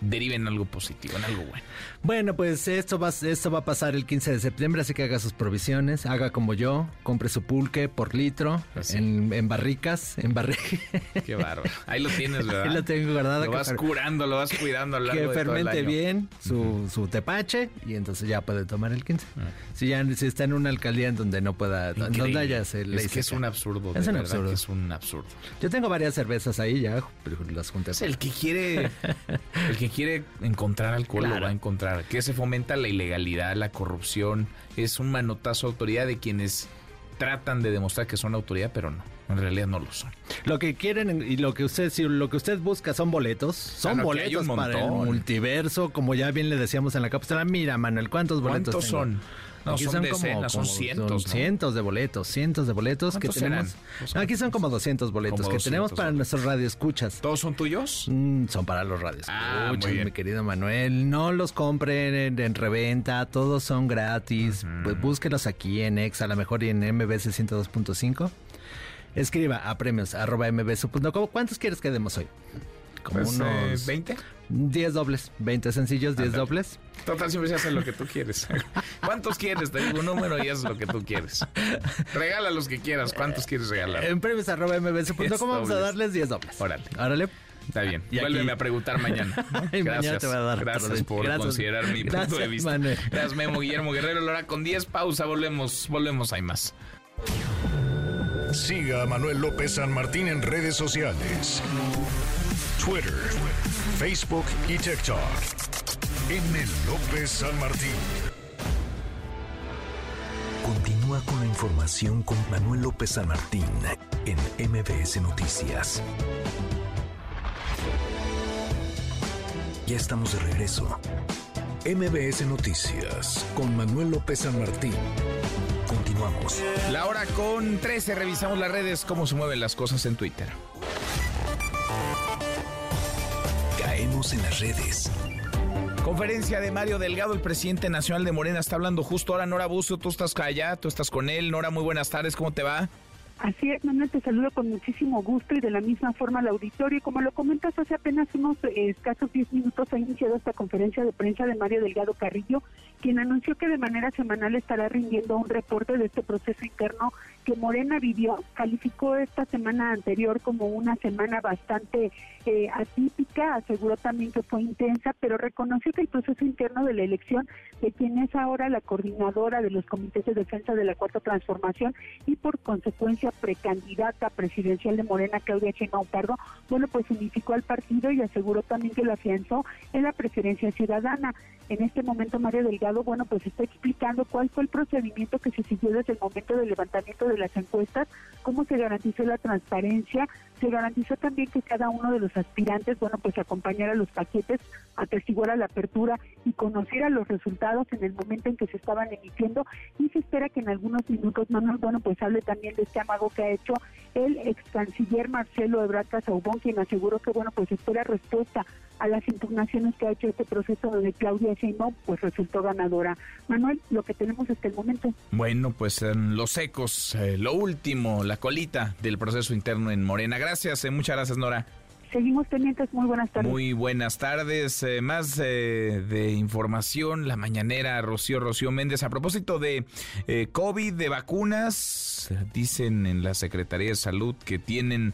derive en algo positivo, en algo bueno. Bueno, pues esto va a pasar el 15 de septiembre, así que haga sus provisiones, haga como yo, compre su pulque por litro, en barricas, Qué bárbaro. Ahí lo tienes, ¿verdad? Ahí lo tengo guardado. Lo vas curando, lo vas cuidando a lo largo que de todo el fermente año. bien su tepache y entonces ya puede tomar el 15. Si está en una alcaldía en donde no pueda, donde haya Es que es un absurdo. Es un verdad absurdo. que es un absurdo. Yo tengo varias cervezas ahí ya, pero las junté. Es el que quiere encontrar alcohol, Claro. lo va a encontrar. Que se fomenta la ilegalidad, la corrupción. Es un manotazo a autoridad de quienes tratan de demostrar que son autoridad, pero no. En realidad no lo son. Lo que quieren y lo que usted busca son boletos. Son boletos para el multiverso, como ya bien le decíamos en la cápsula. Mira, Manuel, ¿cuántos boletos ¿Cuántos tengo? son? No, Aquí son decenas, son cientos, ¿no? Cientos de boletos que tenemos. Aquí son como 200 boletos que tenemos para nuestros radioescuchas. ¿Todos son tuyos? Son para los radioescuchas, muy bien. mi querido Manuel. No los compren en reventa, todos son gratis. Pues búsquelos aquí en Ex, a lo mejor y en MBS 102.5. Escriba a premios@mbs.com. ¿Cuántos quieres que demos hoy? Como Pues, unos 20. 10 dobles, 20 sencillos, 10 dobles. Total, siempre se hace lo que tú quieres. ¿Cuántos quieres? Te digo un número y es lo que tú quieres. Regala los que quieras. ¿Cuántos quieres regalar? En premios@mbs.com vamos a darles 10 dobles. Órale. Está bien. Y Vuélveme aquí... a preguntar mañana. ¿No? Y mañana te voy a dar gracias por considerar mi punto de vista. Manuel. Gracias, Memo. Guillermo Guerrero, la hora con 10. Pausa. Volvemos. Hay más. Siga a Manuel López San Martín en redes sociales. Twitter, Facebook y TikTok. M. López San Martín. Continúa con la información con Manuel López San Martín en MBS Noticias. Ya estamos de regreso. MBS Noticias con Manuel López San Martín. Continuamos. La hora con 13. Revisamos las redes, cómo se mueven las cosas en Twitter. Caemos en las redes. Conferencia de Mario Delgado, el presidente nacional de Morena, está hablando justo ahora. Nora Bucio, tú estás allá, tú estás con él. Nora, muy buenas tardes, ¿cómo te va? Así es, Manuel, te saludo con muchísimo gusto y de la misma forma al auditorio. Y como lo comentas, hace apenas unos escasos 10 minutos ha iniciado esta conferencia de prensa de Mario Delgado Carrillo, quien anunció que de manera semanal estará rindiendo un reporte de este proceso interno que Morena vivió. Calificó esta semana anterior como una semana bastante atípica, aseguró también que fue intensa, pero reconoció que el proceso interno de la elección de quien es ahora la coordinadora de los comités de defensa de la Cuarta Transformación y por consecuencia precandidata presidencial de Morena, Claudia Sheinbaum Pardo, bueno, pues unificó al partido y aseguró también que lo afianzó en la preferencia ciudadana. En este momento Mario Delgado, bueno, pues está explicando cuál fue el procedimiento que se siguió desde el momento del levantamiento de las encuestas, cómo se garantizó la transparencia, se garantizó también que cada uno de los aspirantes, bueno, pues acompañara los paquetes, atestiguara la apertura y conociera los resultados en el momento en que se estaban emitiendo, y se espera que en algunos minutos, Manuel, bueno, pues hable también de este amago que ha hecho el ex canciller Marcelo Ebrard Casaubon, quien aseguró que, bueno, pues espera respuesta a las impugnaciones que ha hecho este proceso donde Claudia Sheinbaum pues resultó ganadora. Manuel, lo que tenemos hasta el momento. Bueno, pues en los ecos, lo último, la colita del proceso interno en Morena. Gracias, muchas gracias, Nora. Seguimos pendientes, muy buenas tardes. Muy buenas tardes, más de información, la mañanera, Rocío Méndez, a propósito de COVID, de vacunas, dicen en la Secretaría de Salud que tienen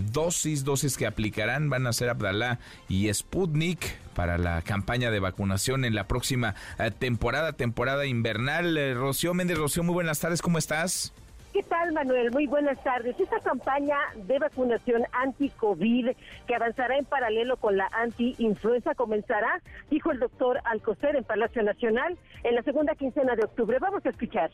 dosis que aplicarán, van a ser Abdalá y Sputnik para la campaña de vacunación en la próxima temporada invernal. Rocío Méndez, muy buenas tardes, ¿cómo estás? ¿Qué tal, Manuel? Muy buenas tardes. Esta campaña de vacunación anti-COVID que avanzará en paralelo con la anti-influenza comenzará, dijo el doctor Alcocer en Palacio Nacional, en la segunda quincena de octubre. Vamos a escuchar.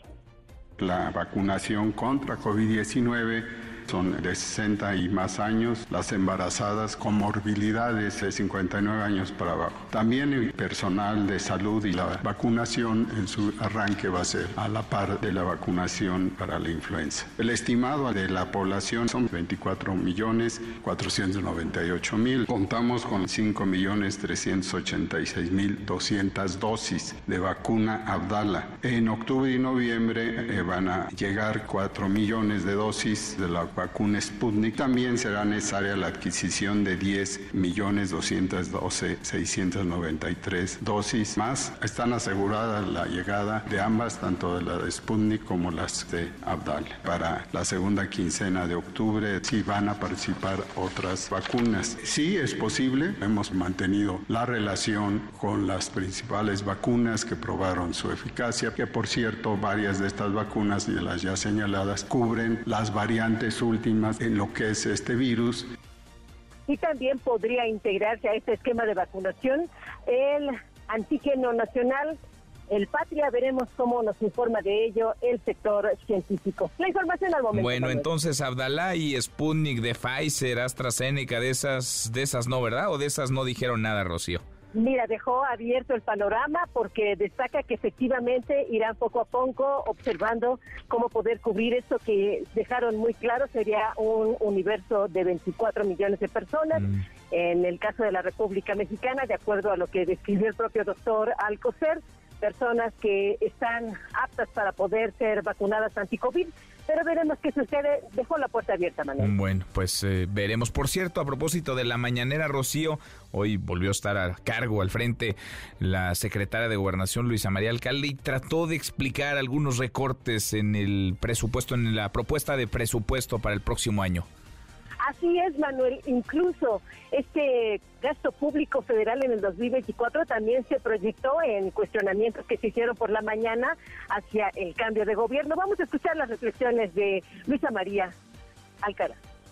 La vacunación contra COVID-19 son de 60 y más años, las embarazadas con morbilidades de 59 años para abajo. También el personal de salud, y la vacunación en su arranque va a ser a la par de la vacunación para la influenza. El estimado de la población son 24.498.000. Contamos con 5.386.200 dosis de vacuna Abdala. En octubre y noviembre van a llegar 4 millones de dosis de la vacuna Sputnik. También será necesaria la adquisición de 10.212.693 dosis más. Están aseguradas la llegada de ambas, tanto de la de Sputnik como las de Abdal. Para la segunda quincena de octubre sí van a participar otras vacunas. Sí es posible, hemos mantenido la relación con las principales vacunas que probaron su eficacia, que por cierto varias de estas vacunas, de las ya señaladas, cubren las variantes últimas en lo que es este virus. Y también podría integrarse a este esquema de vacunación el antígeno nacional, el Patria. Veremos cómo nos informa de ello el sector científico. La información al momento. Bueno, entonces Abdalá y Sputnik de Pfizer, AstraZeneca, de esas no, ¿verdad? ¿O de esas no dijeron nada, Rocío? Mira, dejó abierto el panorama porque destaca que efectivamente irán poco a poco observando cómo poder cubrir esto que dejaron muy claro, sería un universo de 24 millones de personas. En el caso de la República Mexicana, de acuerdo a lo que describió el propio doctor Alcocer, personas que están aptas para poder ser vacunadas anti-COVID, pero veremos qué sucede. Dejó la puerta abierta, Manuel. Bueno, pues veremos. Por cierto, a propósito de la mañanera, Rocío, hoy volvió a estar a cargo, al frente, la secretaria de Gobernación, Luisa María Alcalde, y trató de explicar algunos recortes en el presupuesto, en la propuesta de presupuesto para el próximo año. Así es, Manuel. Incluso este gasto público federal en el 2024 también se proyectó en cuestionamientos que se hicieron por la mañana hacia el cambio de gobierno. Vamos a escuchar las reflexiones de Luisa María Alcalde.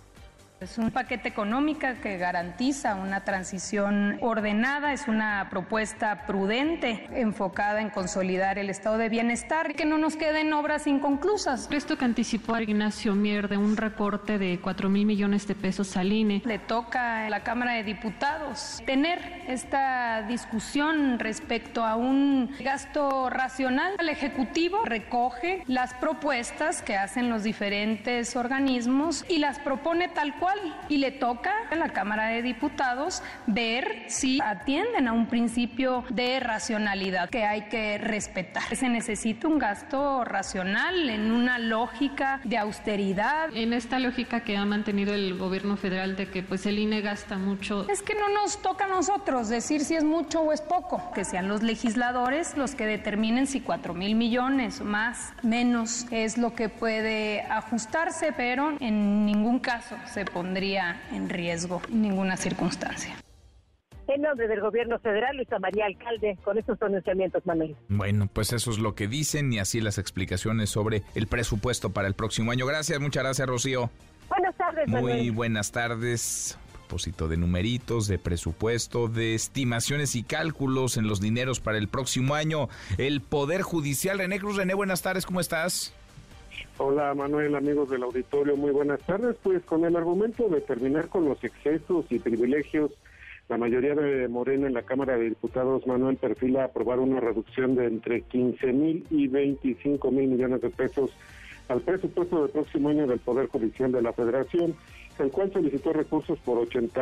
Es un paquete económico que garantiza una transición ordenada, es una propuesta prudente, enfocada en consolidar el estado de bienestar y que no nos queden obras inconclusas. Esto que anticipó Ignacio Mier de un recorte de 4,000 millones de pesos al INE. Le toca a la Cámara de Diputados tener esta discusión respecto a un gasto racional. El Ejecutivo recoge las propuestas que hacen los diferentes organismos y las propone tal cual. Y le toca a la Cámara de Diputados ver si atienden a un principio de racionalidad que hay que respetar. Se necesita un gasto racional en una lógica de austeridad. En esta lógica que ha mantenido el gobierno federal de que pues el INE gasta mucho. Es que no nos toca a nosotros decir si es mucho o es poco. Que sean los legisladores los que determinen si 4,000 millones más, menos es lo que puede ajustarse, pero en ningún caso se pondría en riesgo en ninguna circunstancia. En nombre del gobierno federal, Luisa María Alcalde, con estos pronunciamientos, Manuel. Bueno, pues eso es lo que dicen y así las explicaciones sobre el presupuesto para el próximo año. Gracias, muchas gracias, Rocío. Buenas tardes, Manuel. Muy buenas tardes. A propósito de numeritos, de presupuesto, de estimaciones y cálculos en los dineros para el próximo año, el Poder Judicial. René Cruz. René, buenas tardes, ¿cómo estás? Hola Manuel, amigos del auditorio, muy buenas tardes. Pues con el argumento de terminar con los excesos y privilegios, la mayoría de Morena en la Cámara de Diputados, Manuel, perfila aprobar una reducción de entre 15,000 y 25,000 millones de pesos al presupuesto del próximo año del Poder Judicial de la Federación, el cual solicitó recursos por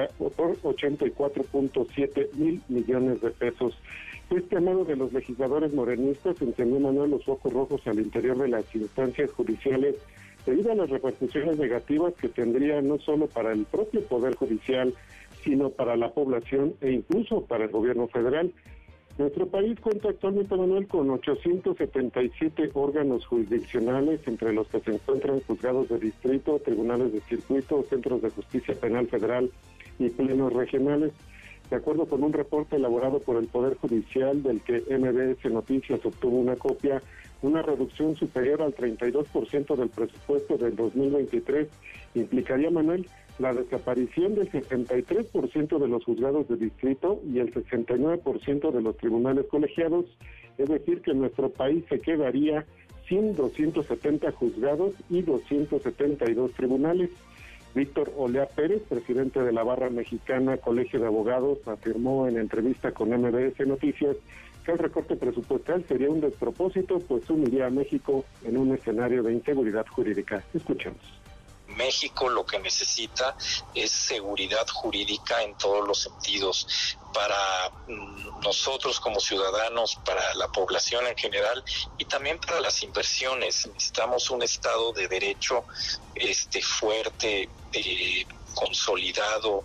84.7 mil millones de pesos. Este llamado de los legisladores morenistas encendió, Manuel, los focos rojos al interior de las instancias judiciales debido a las repercusiones negativas que tendría no solo para el propio Poder Judicial, sino para la población e incluso para el gobierno federal. Nuestro país cuenta actualmente, Manuel, con 877 órganos jurisdiccionales, entre los que se encuentran juzgados de distrito, tribunales de circuito, centros de justicia penal federal y plenos regionales. De acuerdo con un reporte elaborado por el Poder Judicial, del que MBS Noticias obtuvo una copia, una reducción superior al 32% del presupuesto del 2023 implicaría, Manuel, la desaparición del 63% de los juzgados de distrito y el 69% de los tribunales colegiados, es decir, que nuestro país se quedaría sin 270 juzgados y 272 tribunales. Víctor Olea Pérez, presidente de la Barra Mexicana Colegio de Abogados, afirmó en entrevista con MBS Noticias que el recorte presupuestal sería un despropósito, pues sumiría a México en un escenario de inseguridad jurídica. Escuchemos. México lo que necesita es seguridad jurídica en todos los sentidos, para nosotros como ciudadanos, para la población en general y también para las inversiones. Necesitamos un Estado de Derecho fuerte, consolidado,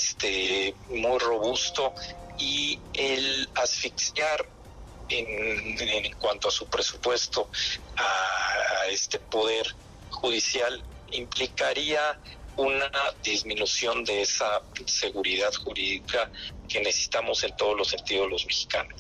muy robusto, y el asfixiar en cuanto a su presupuesto a este poder judicial implicaría una disminución de esa seguridad jurídica que necesitamos en todos los sentidos los mexicanos.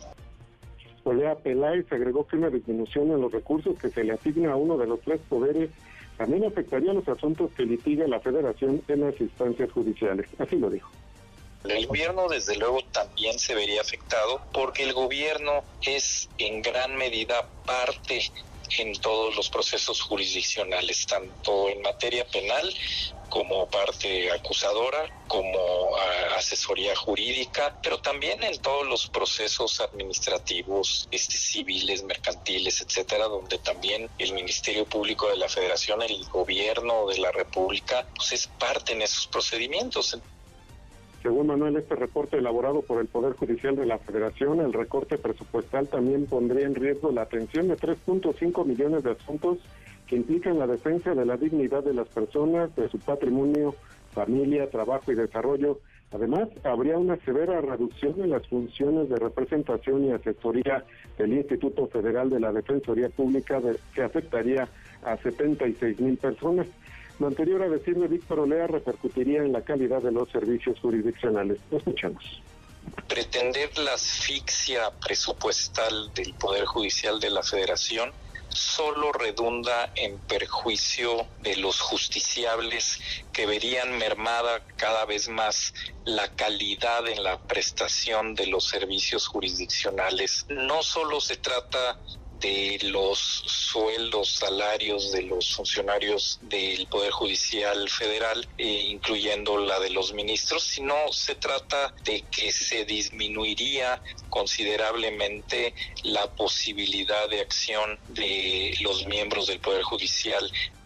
Olea Peláez agregó que una disminución en los recursos que se le asigna a uno de los tres poderes también afectaría los asuntos que litiga la Federación en las instancias judiciales. Así lo dijo. El gobierno, desde luego, también se vería afectado porque el gobierno es en gran medida parte en todos los procesos jurisdiccionales, tanto en materia penal como parte acusadora, como asesoría jurídica, pero también en todos los procesos administrativos, civiles, mercantiles, etcétera, donde también el Ministerio Público de la Federación, el gobierno de la República, pues es parte en esos procedimientos. Según Manuel, este reporte elaborado por el Poder Judicial de la Federación, el recorte presupuestal también pondría en riesgo la atención de 3.5 millones de asuntos que implican la defensa de la dignidad de las personas, de su patrimonio, familia, trabajo y desarrollo. Además, habría una severa reducción en las funciones de representación y asesoría del Instituto Federal de la Defensoría Pública, que afectaría a 76,000 personas. Lo anterior, a decir de Víctor Olea, repercutiría en la calidad de los servicios jurisdiccionales. Escuchamos. Pretender la asfixia presupuestal del Poder Judicial de la Federación solo redunda en perjuicio de los justiciables, que verían mermada cada vez más la calidad en la prestación de los servicios jurisdiccionales. No solo se trata de los sueldos, salarios de los funcionarios del Poder Judicial Federal, incluyendo la de los ministros, sino se trata de que se disminuiría considerablemente la posibilidad de acción de los miembros del Poder Judicial.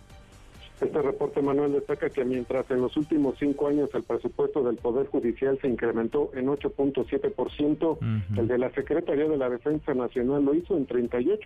Este reporte, Manuel, destaca que mientras en los últimos 5 años el presupuesto del Poder Judicial se incrementó en 8.7%, el de la Secretaría de la Defensa Nacional lo hizo en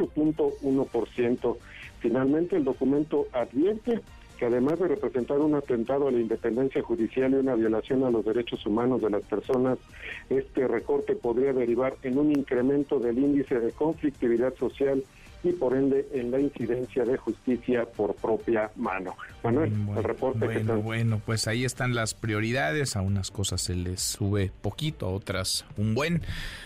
38.1%. Finalmente, el documento advierte que además de representar un atentado a la independencia judicial y una violación a los derechos humanos de las personas, este recorte podría derivar en un incremento del índice de conflictividad social y por ende en la incidencia de justicia por propia mano. Manuel, el reporte que está. Bueno, pues ahí están las prioridades. A unas cosas se les sube poquito, a otras un buen.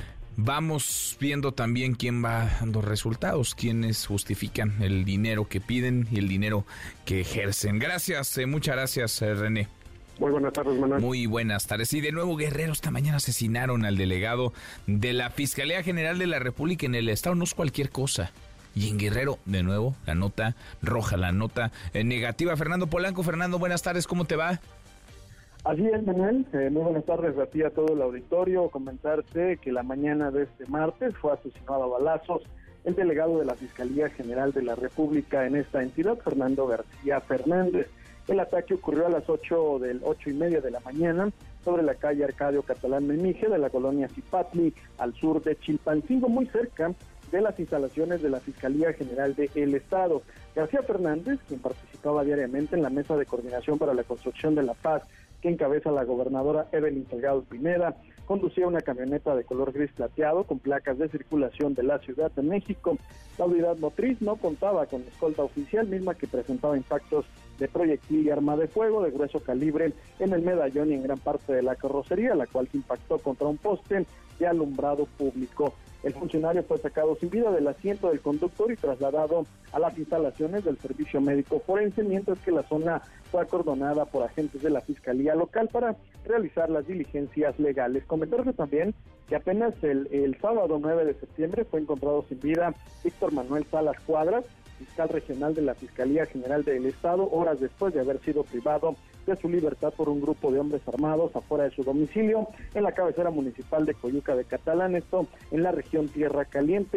Vamos viendo también quién va dando resultados, quiénes justifican el dinero que piden y el dinero que ejercen. Gracias, muchas gracias, René. Muy buenas tardes, Manuel. Muy buenas tardes. Y de nuevo, Guerrero, esta mañana asesinaron al delegado de la Fiscalía General de la República en el estado. No es cualquier cosa. Y en Guerrero, de nuevo, la nota roja, la nota negativa. Fernando Polanco. Fernando, buenas tardes, ¿cómo te va? Así es, Manuel. Muy buenas tardes a ti, a todo el auditorio. Comentarte que la mañana de este martes fue asesinado a balazos el delegado de la Fiscalía General de la República en esta entidad, Fernando García Fernández. El ataque ocurrió a las 8:30 de la mañana sobre la calle Arcadio Catalán Memije de la colonia Zipatli, al sur de Chilpancingo, muy cerca de las instalaciones de la Fiscalía General del Estado. García Fernández, quien participaba diariamente en la Mesa de Coordinación para la Construcción de la Paz, que encabeza la gobernadora Evelyn Salgado Pineda, conducía una camioneta de color gris plateado con placas de circulación de la Ciudad de México. La unidad motriz no contaba con escolta oficial, misma que presentaba impactos de proyectil y arma de fuego de grueso calibre en el medallón y en gran parte de la carrocería, la cual se impactó contra un poste de alumbrado público. El funcionario fue sacado sin vida del asiento del conductor y trasladado a las instalaciones del Servicio Médico Forense, mientras que la zona fue acordonada por agentes de la Fiscalía Local para realizar las diligencias legales. Comentarse también que apenas el sábado 9 de septiembre fue encontrado sin vida Víctor Manuel Salas Cuadras, fiscal regional de la Fiscalía General del Estado, horas después de haber sido privado de su libertad por un grupo de hombres armados afuera de su domicilio en la cabecera municipal de Coyuca de Catalán, esto en la región Tierra Caliente.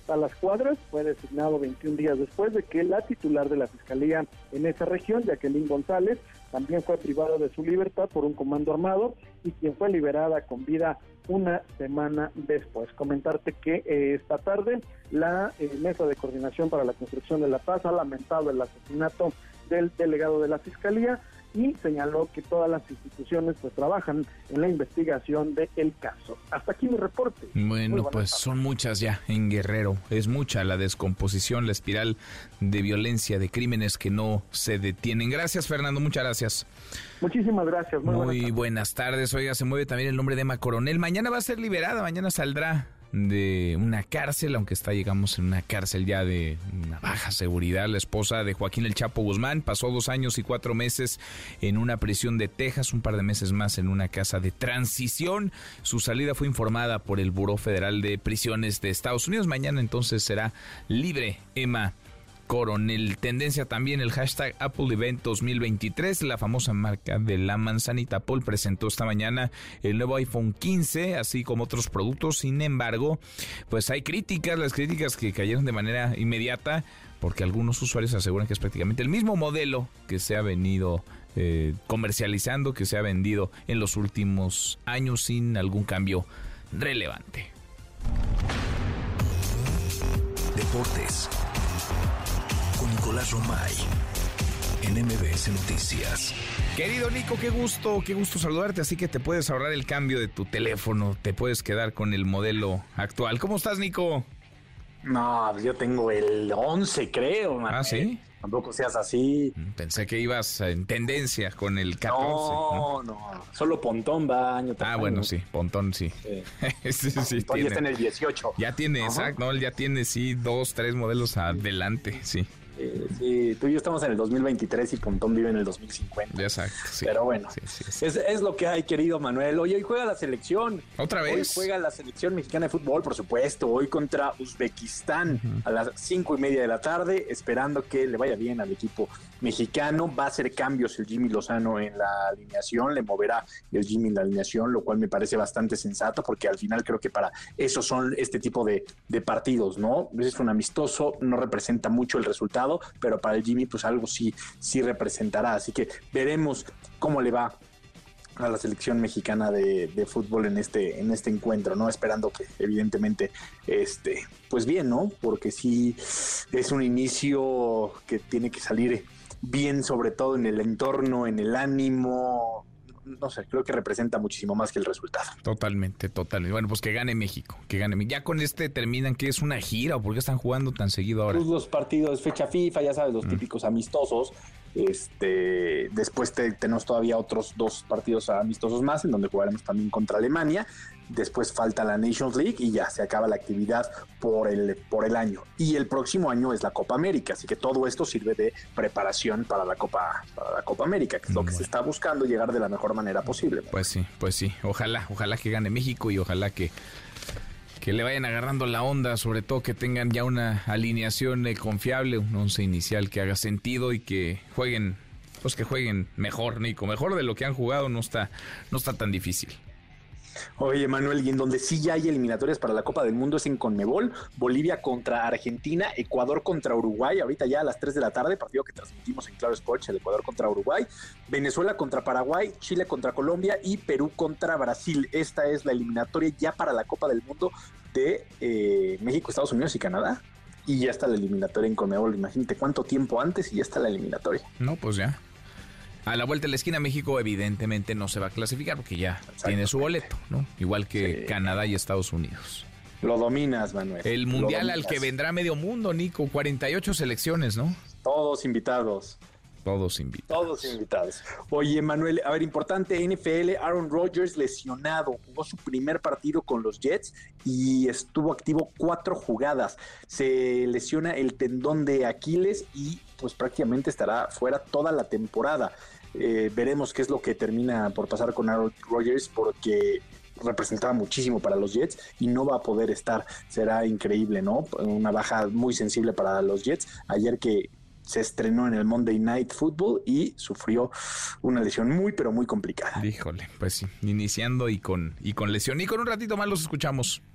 Salas Cuadras fue designado 21 días después de que la titular de la Fiscalía en esa región, Jacqueline González, también fue privada de su libertad por un comando armado y quien fue liberada con vida una semana después. Comentarte que esta tarde la Mesa de Coordinación para la Construcción de la Paz ha lamentado el asesinato del delegado de la Fiscalía y señaló que todas las instituciones pues trabajan en la investigación del caso. Hasta aquí mi reporte. Bueno, pues son muchas ya en Guerrero. Es mucha la descomposición, la espiral de violencia, de crímenes que no se detienen. Gracias, Fernando, muchas gracias. Muchísimas gracias. Muy buenas tardes. Oiga, se mueve también el nombre de Emma Coronel. Mañana va a ser liberada, mañana saldrá de una cárcel, aunque está, digamos, en una cárcel ya de una baja seguridad. La esposa de Joaquín El Chapo Guzmán pasó 2 años y 4 meses en una prisión de Texas, un par de meses más en una casa de transición. Su salida fue informada por el Buró Federal de Prisiones de Estados Unidos. Mañana entonces será libre Emma Coronel. Tendencia también el hashtag Apple Event 2023. La famosa marca de la manzanita Apple presentó esta mañana el nuevo iPhone 15, así como otros productos. Sin embargo, pues hay críticas, las críticas que cayeron de manera inmediata, porque algunos usuarios aseguran que es prácticamente el mismo modelo que se ha venido comercializando, que se ha vendido en los últimos años sin algún cambio relevante. Deportes con Nicolás Romay en MBS Noticias. Querido Nico, qué gusto saludarte, así que te puedes ahorrar el cambio de tu teléfono, te puedes quedar con el modelo actual. ¿Cómo estás, Nico? No, yo tengo el 11, creo. ¿Ah, sí? Tampoco seas así. Pensé que ibas en tendencia con el 14. No. Solo Pontón va año tras año. Bueno, sí, Pontón sí. Sí, Pontón ya está en el 18. Ya tiene, exacto, no, él ya tiene, sí, 2, 3 modelos adelante, sí. Sí, tú y yo estamos en el 2023 y Pontón vive en el 2050. Exacto, sí. Pero bueno, sí. Es lo que hay, querido Manuel. Hoy juega la selección. ¿Otra vez? Hoy juega la selección mexicana de fútbol, por supuesto. Hoy contra Uzbekistán a las 5:30 de la tarde, esperando que le vaya bien al equipo mexicano. Va a hacer cambios el Jimmy Lozano en la alineación, le moverá el Jimmy en la alineación, lo cual me parece bastante sensato, porque al final creo que para eso son este tipo de partidos, ¿no? Es un amistoso, no representa mucho el resultado, pero para el Jimmy pues algo sí representará, así que veremos cómo le va a la selección mexicana de fútbol en este encuentro, ¿no? Esperando que evidentemente pues bien, ¿no? Porque sí es un inicio que tiene que salir bien, sobre todo en el entorno, en el ánimo. No sé, creo que representa muchísimo más que el resultado. Totalmente. Bueno, pues que gane México, Ya con terminan, ¿que es una gira o por qué están jugando tan seguido ahora? Pues los partidos, fecha FIFA, ya sabes, los típicos amistosos. Después tenemos todavía otros 2 partidos amistosos más, en donde jugaremos también contra Alemania. Después falta la Nations League y ya se acaba la actividad por el año. Y el próximo año es la Copa América, así que todo esto sirve de preparación para la Copa América, que es lo que se está buscando, llegar de la mejor manera posible. Pues sí. Ojalá que gane México y ojalá que le vayan agarrando la onda, sobre todo que tengan ya una alineación confiable, un once inicial que haga sentido y que jueguen mejor, Nico, mejor de lo que han jugado. No está tan difícil. Oye, Manuel, y en donde sí ya hay eliminatorias para la Copa del Mundo es en Conmebol. Bolivia contra Argentina, Ecuador contra Uruguay, ahorita ya a las 3 de la tarde, partido que transmitimos en Claro Sports, el Ecuador contra Uruguay, Venezuela contra Paraguay, Chile contra Colombia y Perú contra Brasil. Esta es la eliminatoria ya para la Copa del Mundo de México, Estados Unidos y Canadá. Y ya está la eliminatoria en Conmebol. Imagínate cuánto tiempo antes y ya está la eliminatoria. No, pues ya. A la vuelta de la esquina, México evidentemente no se va a clasificar porque ya tiene su boleto, ¿no? Igual que Canadá y Estados Unidos. Lo dominas, Manuel. El mundial al que vendrá medio mundo, Nico. 48 selecciones, ¿no? Todos invitados. Todos invitados. Oye, Manuel, a ver, importante, NFL, Aaron Rodgers lesionado, jugó su primer partido con los Jets y estuvo activo 4 jugadas. Se lesiona el tendón de Aquiles y pues prácticamente estará fuera toda la temporada. Veremos qué es lo que termina por pasar con Aaron Rodgers, porque representaba muchísimo para los Jets y no va a poder estar. Será increíble, ¿no? Una baja muy sensible para los Jets. Ayer que se estrenó en el Monday Night Football y sufrió una lesión muy, pero muy complicada. Híjole, pues sí, iniciando y con lesión. Y con un ratito más los escuchamos.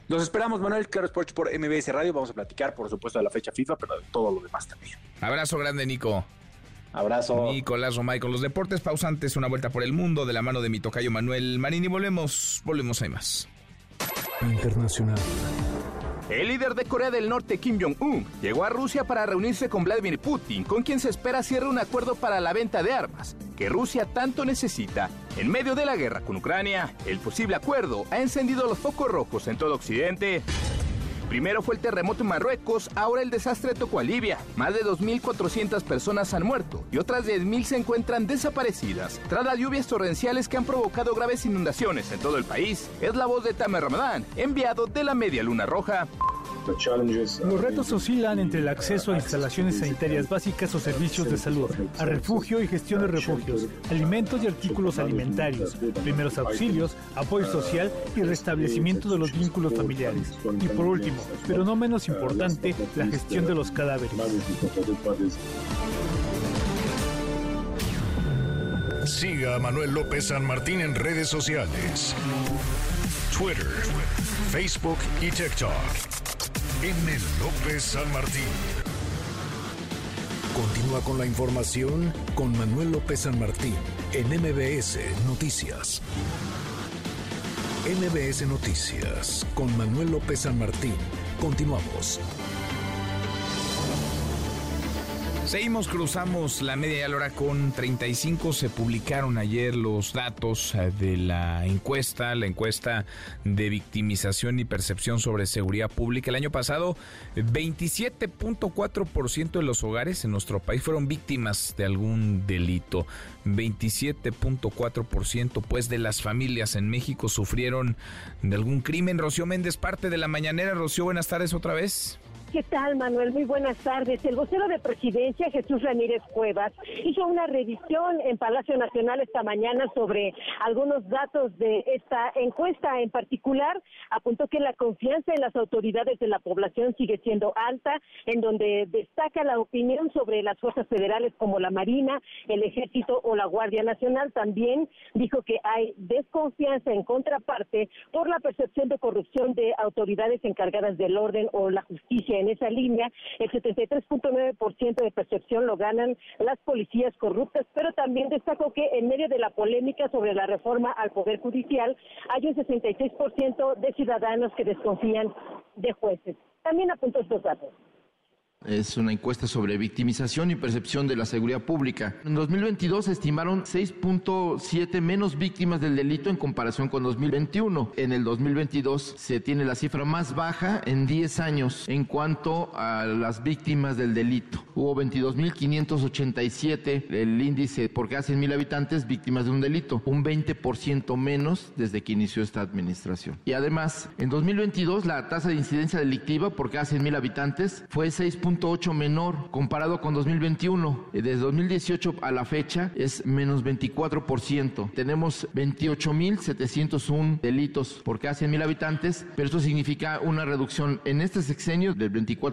Los esperamos, Manuel, Claro Sports por MBS Radio. Vamos a platicar, por supuesto, de la fecha FIFA, pero de todo lo demás también. Abrazo grande, Nico. Abrazo. Nicolás Romay con los deportes pausantes, una vuelta por el mundo de la mano de mi tocayo Manuel Marín y volvemos, hay más. Internacional. El líder de Corea del Norte, Kim Jong-un, llegó a Rusia para reunirse con Vladimir Putin, con quien se espera cierre un acuerdo para la venta de armas, que Rusia tanto necesita. En medio de la guerra con Ucrania, el posible acuerdo ha encendido los focos rojos en todo Occidente. Primero fue el terremoto en Marruecos, ahora el desastre tocó a Libia. Más de 2.400 personas han muerto y otras 10.000 se encuentran desaparecidas tras las lluvias torrenciales que han provocado graves inundaciones en todo el país. Es la voz de Tamer Ramadán, enviado de la Media Luna Roja. Los retos oscilan entre el acceso a instalaciones sanitarias básicas o servicios de salud, a refugio y gestión de refugios, alimentos y artículos alimentarios, primeros auxilios, apoyo social y restablecimiento de los vínculos familiares. Y por último, pero no menos importante, la gestión de los cadáveres. Siga a Manuel López San Martín en redes sociales. Twitter, Facebook y TikTok. López San Martín. Continúa con la información con Manuel López San Martín en MBS Noticias. MBS Noticias con Manuel López San Martín. Continuamos. Seguimos, cruzamos la media hora con 35. Se publicaron ayer los datos de la encuesta de victimización y percepción sobre seguridad pública. El año pasado, 27.4% de los hogares en nuestro país fueron víctimas de algún delito. 27.4% pues de las familias en México sufrieron de algún crimen. Rocío Méndez, parte de la mañanera. Rocío, buenas tardes otra vez. ¿Qué tal, Manuel? Muy buenas tardes. El vocero de Presidencia, Jesús Ramírez Cuevas, hizo una revisión en Palacio Nacional esta mañana sobre algunos datos de esta encuesta. En particular, apuntó que la confianza en las autoridades de la población sigue siendo alta, en donde destaca la opinión sobre las fuerzas federales como la Marina, el Ejército o la Guardia Nacional. También dijo que hay desconfianza en contraparte por la percepción de corrupción de autoridades encargadas del orden o la justicia. En esa línea, el 73.9% de percepción lo ganan las policías corruptas, pero también destacó que en medio de la polémica sobre la reforma al Poder Judicial, hay un 66% de ciudadanos que desconfían de jueces. También apuntó estos datos. Es una encuesta sobre victimización y percepción de la seguridad pública. En 2022 se estimaron 6.7 menos víctimas del delito en comparación con 2021. En el 2022 se tiene la cifra más baja en 10 años en cuanto a las víctimas del delito. Hubo 22.587 el índice por cada 100,000 habitantes víctimas de un delito, un 20% menos desde que inició esta administración. Y además, en 2022 la tasa de incidencia delictiva por cada 100,000 habitantes fue 6.8 menor comparado con 2021. Desde 2018 a la fecha es menos 24%. Tenemos 28.701 delitos por cada 100,000 habitantes, pero esto significa una reducción en este sexenio del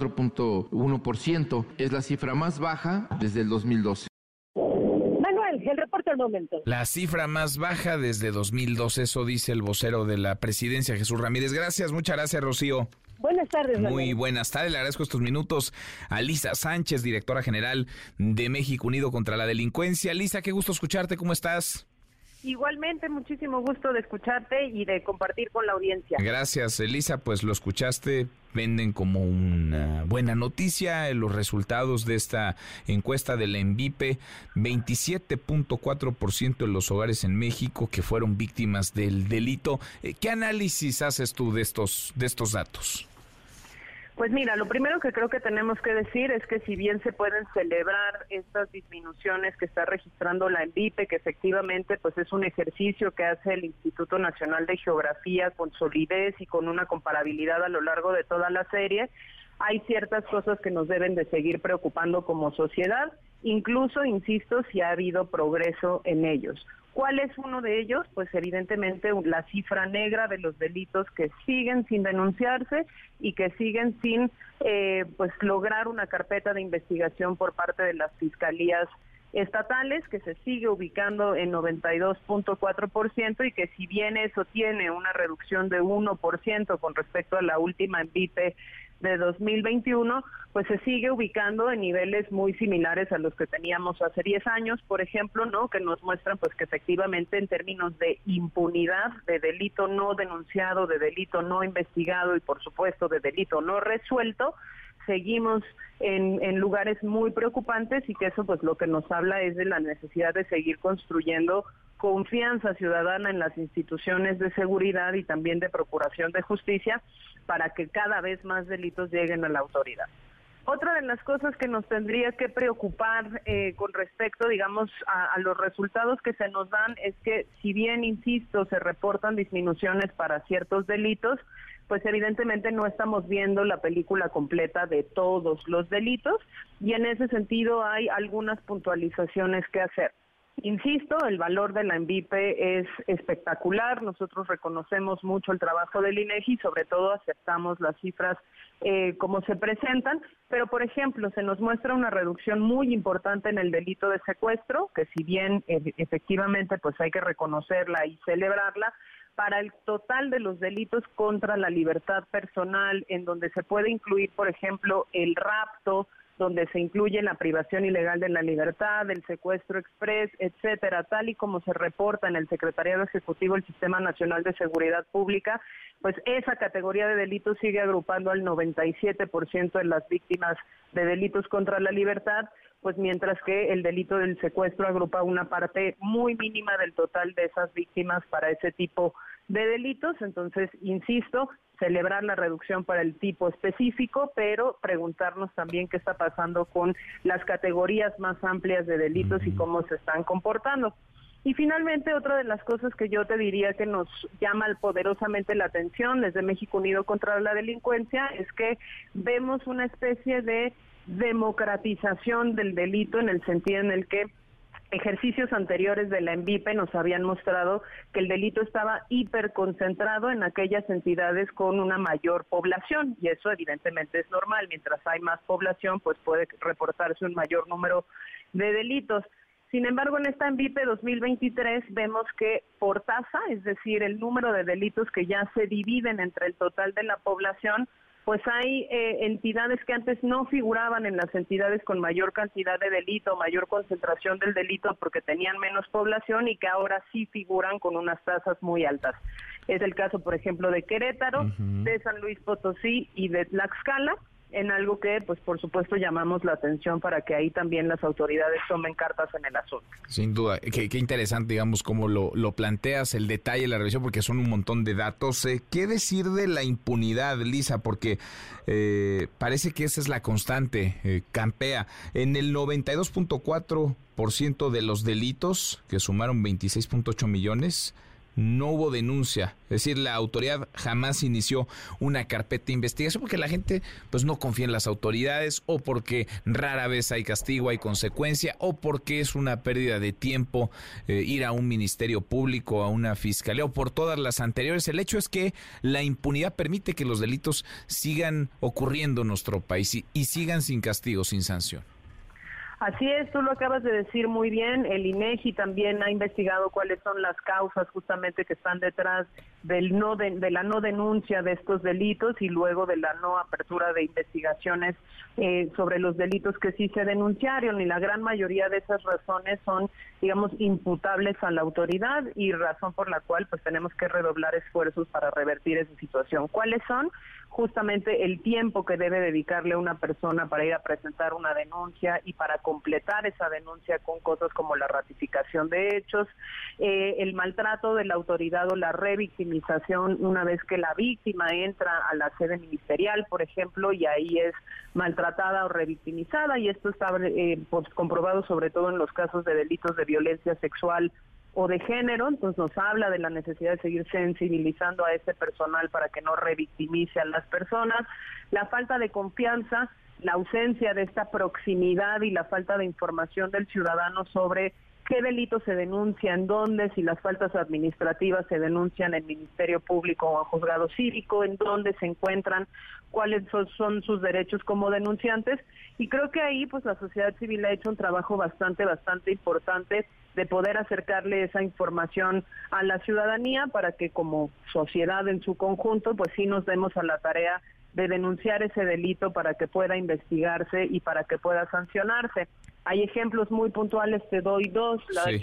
24.1%. Es la cifra más baja desde el 2012. Manuel, el reporte al momento. La cifra más baja desde 2012, eso dice el vocero de la Presidencia, Jesús Ramírez. Gracias, muchas gracias, Rocío. Buenas tardes, Manuel. Muy buenas tardes, le agradezco estos minutos a Lisa Sánchez, directora general de México Unido contra la Delincuencia. Lisa, qué gusto escucharte, ¿cómo estás? Igualmente, muchísimo gusto de escucharte y de compartir con la audiencia. Gracias, Elisa, pues lo escuchaste, venden como una buena noticia los resultados de esta encuesta de la ENVIPE, 27.4% de los hogares en México que fueron víctimas del delito. ¿Qué análisis haces tú de estos datos? Pues mira, lo primero que creo que tenemos que decir es que si bien se pueden celebrar estas disminuciones que está registrando la ENVIPE, que efectivamente pues es un ejercicio que hace el Instituto Nacional de Geografía con solidez y con una comparabilidad a lo largo de toda la serie, hay ciertas cosas que nos deben de seguir preocupando como sociedad, incluso, insisto, si ha habido progreso en ellos. ¿Cuál es uno de ellos? Pues evidentemente la cifra negra de los delitos que siguen sin denunciarse y que siguen sin pues lograr una carpeta de investigación por parte de las fiscalías estatales, que se sigue ubicando en 92.4%, y que si bien eso tiene una reducción de 1% con respecto a la última ENVIPE de 2021, pues se sigue ubicando en niveles muy similares a los que teníamos hace 10 años, por ejemplo, ¿no? Que nos muestran pues que efectivamente en términos de impunidad, de delito no denunciado, de delito no investigado y por supuesto de delito no resuelto, seguimos en lugares muy preocupantes, y que eso pues lo que nos habla es de la necesidad de seguir construyendo confianza ciudadana en las instituciones de seguridad y también de procuración de justicia para que cada vez más delitos lleguen a la autoridad. Otra de las cosas que nos tendría que preocupar con respecto, digamos, a los resultados que se nos dan es que, si bien, insisto, se reportan disminuciones para ciertos delitos, pues evidentemente no estamos viendo la película completa de todos los delitos, y en ese sentido hay algunas puntualizaciones que hacer. Insisto, el valor de la ENVIPE es espectacular, nosotros reconocemos mucho el trabajo del INEGI y sobre todo aceptamos las cifras como se presentan, pero por ejemplo se nos muestra una reducción muy importante en el delito de secuestro, que si bien efectivamente pues hay que reconocerla y celebrarla, para el total de los delitos contra la libertad personal, en donde se puede incluir, por ejemplo, el rapto, donde se incluye la privación ilegal de la libertad, el secuestro exprés, etcétera, tal y como se reporta en el Secretariado Ejecutivo del Sistema Nacional de Seguridad Pública, pues esa categoría de delitos sigue agrupando al 97% de las víctimas de delitos contra la libertad, pues mientras que el delito del secuestro agrupa una parte muy mínima del total de esas víctimas para ese tipo de delitos. Entonces, insisto, celebrar la reducción para el tipo específico, pero preguntarnos también qué está pasando con las categorías más amplias de delitos y cómo se están comportando. Y finalmente, otra de las cosas que yo te diría que nos llama poderosamente la atención desde México Unido contra la Delincuencia es que vemos una especie de democratización del delito, en el sentido en el que ejercicios anteriores de la ENVIPE nos habían mostrado que el delito estaba hiperconcentrado en aquellas entidades con una mayor población, y eso evidentemente es normal. Mientras hay más población, pues puede reportarse un mayor número de delitos. Sin embargo, en esta ENVIPE 2023 vemos que por tasa, es decir, el número de delitos que ya se dividen entre el total de la población, pues hay entidades que antes no figuraban en las entidades con mayor cantidad de delito, mayor concentración del delito porque tenían menos población, y que ahora sí figuran con unas tasas muy altas. Es el caso, por ejemplo, de Querétaro, de San Luis Potosí y de Tlaxcala, en algo que, pues por supuesto, llamamos la atención para que ahí también las autoridades tomen cartas en el asunto. Sin duda, qué interesante, digamos, cómo lo planteas, el detalle, la revisión, porque son un montón de datos. ¿Qué decir de la impunidad, Lisa? Porque parece que esa es la constante, campea. En el 92.4% de los delitos, que sumaron 26.8 millones, no hubo denuncia, es decir, la autoridad jamás inició una carpeta de investigación porque la gente pues no confía en las autoridades, o porque rara vez hay castigo, hay consecuencia, o porque es una pérdida de tiempo ir a un ministerio público, a una fiscalía, o por todas las anteriores. El hecho es que la impunidad permite que los delitos sigan ocurriendo en nuestro país y sigan sin castigo, sin sanción. Así es, tú lo acabas de decir muy bien. El INEGI también ha investigado cuáles son las causas justamente que están detrás de la no denuncia de estos delitos y luego de la no apertura de investigaciones sobre los delitos que sí se denunciaron, y la gran mayoría de esas razones son, digamos, imputables a la autoridad, y razón por la cual pues tenemos que redoblar esfuerzos para revertir esa situación. ¿Cuáles son? Justamente el tiempo que debe dedicarle una persona para ir a presentar una denuncia y para completar esa denuncia con cosas como la ratificación de hechos, el maltrato de la autoridad o la revictimización una vez que la víctima entra a la sede ministerial, por ejemplo, y ahí es maltratada o revictimizada, y esto está pues, comprobado sobre todo en los casos de delitos de violencia sexual o de género. Entonces nos habla de la necesidad de seguir sensibilizando a ese personal para que no revictimice a las personas, la falta de confianza, la ausencia de esta proximidad y la falta de información del ciudadano sobre qué delitos se denuncian, dónde, si las faltas administrativas se denuncian en Ministerio Público o en Juzgado Cívico, en dónde se encuentran, cuáles son sus derechos como denunciantes, y creo que ahí pues la sociedad civil ha hecho un trabajo bastante importante de poder acercarle esa información a la ciudadanía para que como sociedad en su conjunto pues sí nos demos a la tarea de denunciar ese delito para que pueda investigarse y para que pueda sancionarse. Hay ejemplos muy puntuales, te doy dos,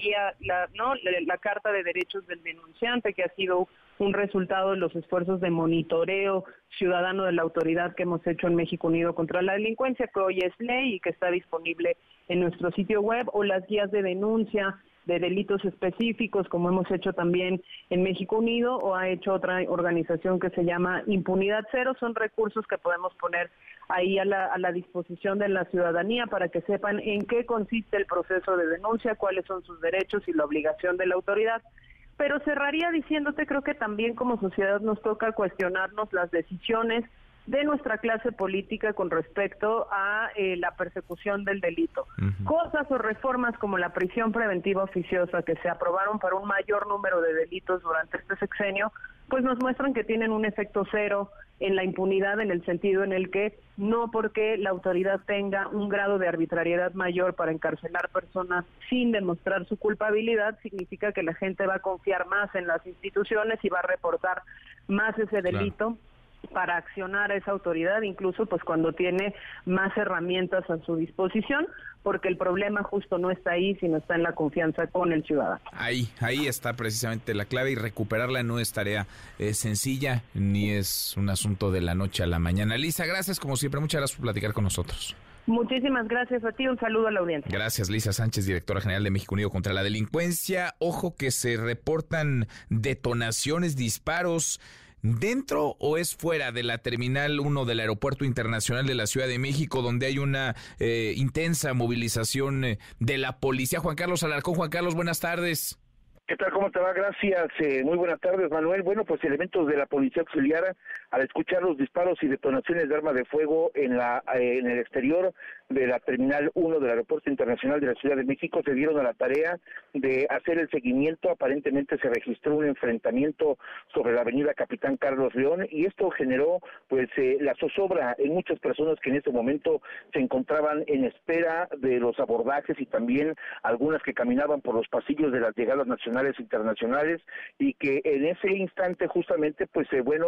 la Carta de Derechos del Denunciante, que ha sido un resultado de los esfuerzos de monitoreo ciudadano de la autoridad que hemos hecho en México Unido contra la Delincuencia, que hoy es ley y que está disponible en nuestro sitio web, o las guías de denuncia de delitos específicos, como hemos hecho también en México Unido, o ha hecho otra organización que se llama Impunidad Cero. Son recursos que podemos poner ahí a la disposición de la ciudadanía para que sepan en qué consiste el proceso de denuncia, cuáles son sus derechos y la obligación de la autoridad. Pero cerraría diciéndote, creo que también como sociedad nos toca cuestionarnos las decisiones de nuestra clase política con respecto a la persecución del delito. Cosas o reformas como la prisión preventiva oficiosa que se aprobaron para un mayor número de delitos durante este sexenio, pues nos muestran que tienen un efecto cero en la impunidad, en el sentido en el que no porque la autoridad tenga un grado de arbitrariedad mayor para encarcelar personas sin demostrar su culpabilidad, significa que la gente va a confiar más en las instituciones y va a reportar más ese delito. Claro. Para accionar a esa autoridad, incluso pues cuando tiene más herramientas a su disposición, porque el problema justo no está ahí, sino está en la confianza con el ciudadano. Ahí está precisamente la clave, y recuperarla no es tarea sencilla, ni es un asunto de la noche a la mañana. Lisa, gracias como siempre, muchas gracias por platicar con nosotros. Muchísimas gracias a ti, un saludo a la audiencia. Gracias, Lisa Sánchez, directora general de México Unido contra la Delincuencia. Ojo que se reportan detonaciones, disparos, ¿dentro o es fuera de la Terminal 1 del Aeropuerto Internacional de la Ciudad de México, donde hay una intensa movilización de la policía? Juan Carlos Alarcón. Juan Carlos, buenas tardes. ¿Qué tal? ¿Cómo te va? Gracias. Muy buenas tardes, Manuel. Bueno, pues elementos de la Policía Auxiliar, al escuchar los disparos y detonaciones de arma de fuego en el exterior de la Terminal 1 del Aeropuerto Internacional de la Ciudad de México, se dieron a la tarea de hacer el seguimiento. Aparentemente se registró un enfrentamiento sobre la avenida Capitán Carlos León, y esto generó pues la zozobra en muchas personas que en ese momento se encontraban en espera de los abordajes, y también algunas que caminaban por los pasillos de las llegadas nacionales e internacionales, y que en ese instante justamente pues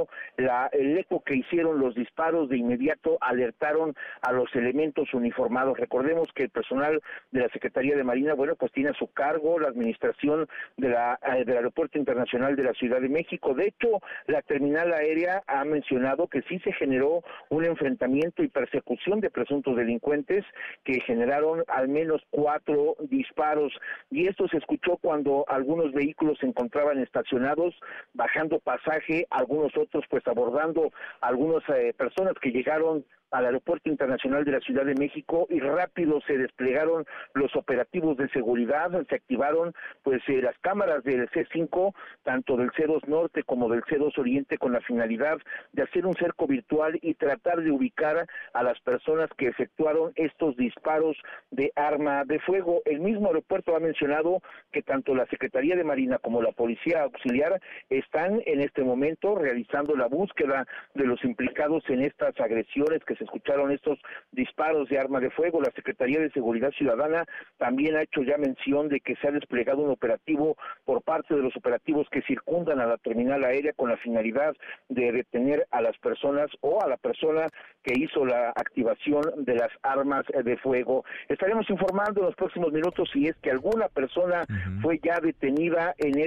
el eco que hicieron los disparos de inmediato alertaron a los elementos uniformados. Recordemos que el personal de la Secretaría de Marina, pues tiene a su cargo la administración del Aeropuerto Internacional de la Ciudad de México. De hecho, la terminal aérea ha mencionado que sí se generó un enfrentamiento y persecución de presuntos delincuentes que generaron al menos 4 disparos, y esto se escuchó cuando algunos vehículos se encontraban estacionados bajando pasaje, algunos otros pues abordando a algunas personas que llegaron al Aeropuerto Internacional de la Ciudad de México, y rápido se desplegaron los operativos de seguridad. Se activaron pues las cámaras del C5, tanto del C2 Norte como del C2 Oriente, con la finalidad de hacer un cerco virtual y tratar de ubicar a las personas que efectuaron estos disparos de arma de fuego. El mismo aeropuerto ha mencionado que tanto la Secretaría de Marina como la Policía Auxiliar están en este momento realizando la búsqueda de los implicados en estas agresiones que se escucharon, estos disparos de arma de fuego. La Secretaría de Seguridad Ciudadana también ha hecho ya mención de que se ha desplegado un operativo por parte de los operativos que circundan a la terminal aérea, con la finalidad de detener a las personas o a la persona que hizo la activación de las armas de fuego. Estaremos informando en los próximos minutos si es que alguna persona fue ya detenida en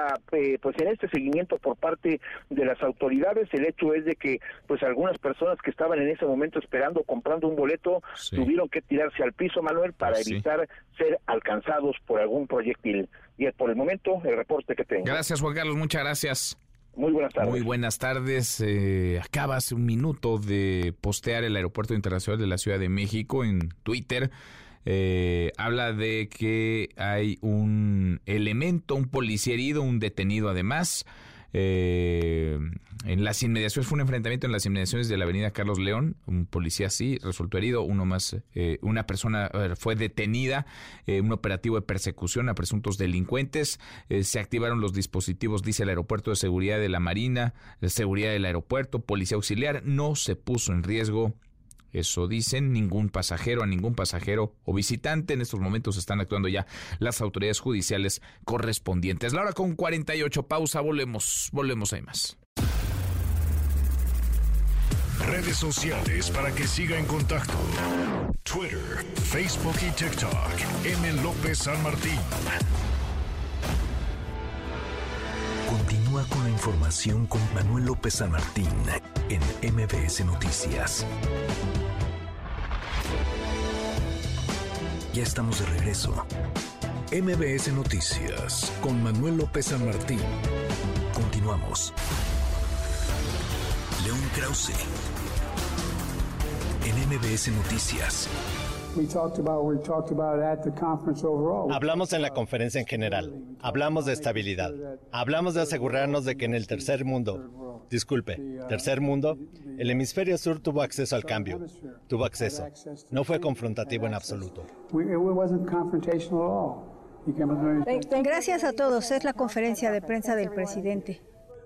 en este seguimiento por parte de las autoridades. El hecho es de que pues algunas personas que estaban en ese momento comprando un boleto, tuvieron que tirarse al piso, Manuel, para evitar ser alcanzados por algún proyectil. Y por el momento, el reporte que tengo. Gracias, Juan Carlos, muchas gracias. Muy buenas tardes. Muy buenas tardes. Acaba hace un minuto de postear el Aeropuerto Internacional de la Ciudad de México en Twitter. Habla de que hay un elemento, un policía herido, un detenido además. en las inmediaciones, fue un enfrentamiento en las inmediaciones de la avenida Carlos León. Un policía sí resultó herido, uno más, una persona fue detenida, un operativo de persecución a presuntos delincuentes. Se activaron los dispositivos, dice el aeropuerto de seguridad de la Marina, de seguridad del aeropuerto, policía auxiliar. No se puso en riesgo, eso dicen, a ningún pasajero o visitante. En estos momentos están actuando ya las autoridades judiciales correspondientes. La hora con 48, pausa, volvemos, hay más. Redes sociales para que siga en contacto: Twitter, Facebook y TikTok. M. López San Martín. Continúa con la información con Manuel López San Martín en MBS Noticias. Ya estamos de regreso. MBS Noticias con Manuel López San Martín. Continuamos. León Krause en MBS Noticias. Hablamos en la conferencia en general, hablamos de estabilidad, hablamos de asegurarnos de que en el tercer mundo, el hemisferio sur tuvo acceso al cambio, no fue confrontativo en absoluto. Gracias a todos, es la conferencia de prensa del presidente.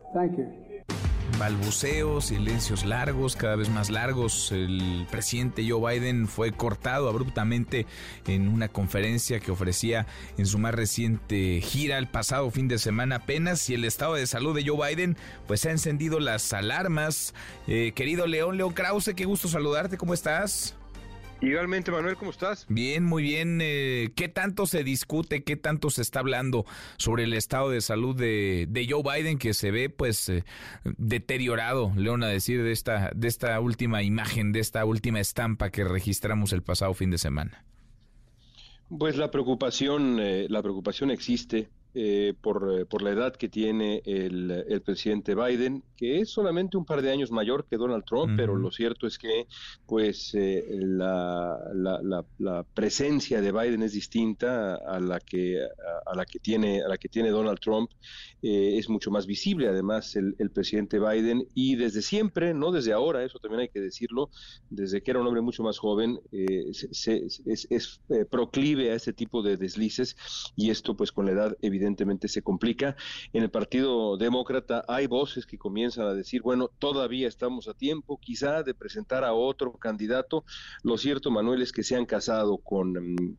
Balbuceos, silencios largos, cada vez más largos. El presidente Joe Biden fue cortado abruptamente en una conferencia que ofrecía en su más reciente gira el pasado fin de semana apenas, y el estado de salud de Joe Biden pues ha encendido las alarmas. Querido León Krause, qué gusto saludarte, ¿cómo estás? Igualmente, Manuel, ¿cómo estás? Bien, muy bien. ¿Qué tanto se discute, qué tanto se está hablando sobre el estado de salud de Joe Biden, que se ve pues deteriorado, León, a decir de esta última imagen, de esta última estampa que registramos el pasado fin de semana? Pues la preocupación existe. Por la edad que tiene el presidente Biden, que es solamente un par de años mayor que Donald Trump, pero lo cierto es que pues la presencia de Biden es distinta a la que tiene Donald Trump. Es mucho más visible además el presidente Biden, y desde siempre, no desde ahora, eso también hay que decirlo, desde que era un hombre mucho más joven, es proclive a este tipo de deslices, y esto pues con la edad evidentemente se complica. En el Partido Demócrata hay voces que comienzan a decir, bueno, todavía estamos a tiempo quizá de presentar a otro candidato. Lo cierto, Manuel, es que se han casado con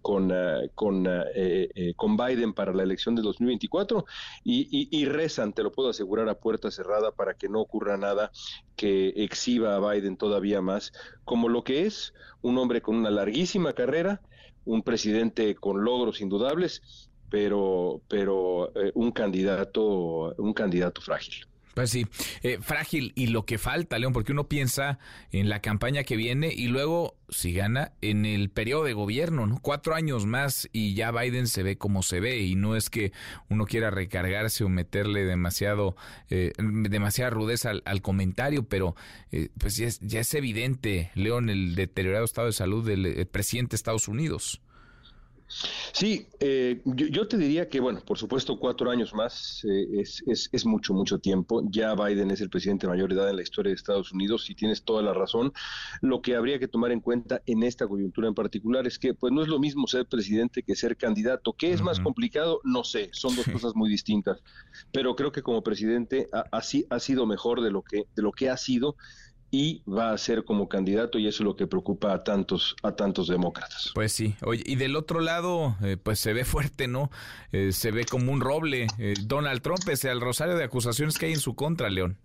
Biden para la elección de 2024 y rezan, te lo puedo asegurar, a puerta cerrada para que no ocurra nada que exhiba a Biden todavía más como lo que es, un hombre con una larguísima carrera, un presidente con logros indudables, pero un candidato frágil. Pues sí, frágil, y lo que falta, León, porque uno piensa en la campaña que viene y luego, si gana, en el periodo de gobierno, ¿no? 4 años más y ya Biden se ve como se ve, y no es que uno quiera recargarse o meterle demasiada rudeza al comentario, pero pues ya es evidente, León, el deteriorado estado de salud del presidente de Estados Unidos. Sí, yo te diría que, bueno, por supuesto 4 años más es mucho tiempo. Ya Biden es el presidente de mayor edad en la historia de Estados Unidos, y tienes toda la razón. Lo que habría que tomar en cuenta en esta coyuntura en particular es que pues no es lo mismo ser presidente que ser candidato. ¿Qué es más complicado? No sé, son dos cosas muy distintas, pero creo que como presidente ha sido mejor de lo que ha sido, y va a ser como candidato, y eso es lo que preocupa a tantos demócratas. Pues sí. Oye, y del otro lado, pues se ve fuerte, ¿no? Se ve como un roble Donald Trump, pese al rosario de acusaciones que hay en su contra, León.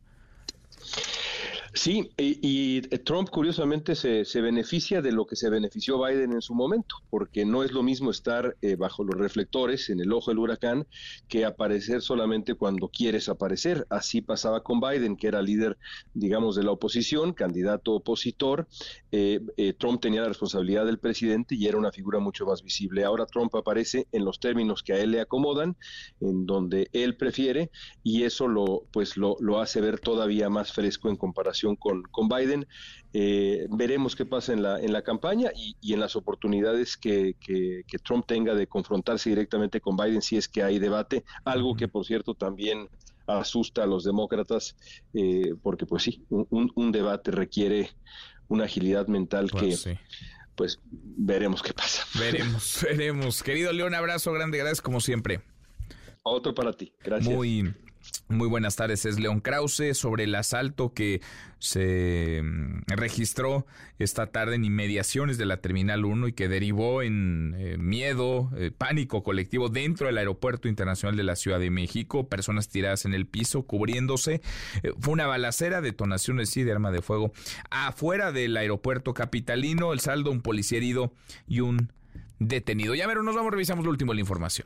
Sí, y Trump curiosamente se beneficia de lo que se benefició Biden en su momento, porque no es lo mismo estar bajo los reflectores, en el ojo del huracán, que aparecer solamente cuando quieres aparecer. Así pasaba con Biden, que era líder, digamos, de la oposición, candidato opositor. Trump tenía la responsabilidad del presidente y era una figura mucho más visible. Ahora Trump aparece en los términos que a él le acomodan, en donde él prefiere, y eso lo hace ver todavía más fresco en comparación con Biden. Veremos qué pasa en la campaña y en las oportunidades que Trump tenga de confrontarse directamente con Biden, si es que hay debate, algo que por cierto también asusta a los demócratas, porque pues sí, un debate requiere una agilidad mental pues veremos qué pasa. Veremos. Querido León, abrazo grande, gracias como siempre. Otro para ti, gracias. Muy buenas tardes, es León Krause sobre el asalto que se registró esta tarde en inmediaciones de la Terminal 1 y que derivó en miedo, pánico colectivo dentro del Aeropuerto Internacional de la Ciudad de México, personas tiradas en el piso, cubriéndose. Fue una balacera, detonaciones de arma de fuego afuera del aeropuerto capitalino, el saldo, un policía herido y un detenido. Ya mero, nos vamos, revisamos lo último de la información.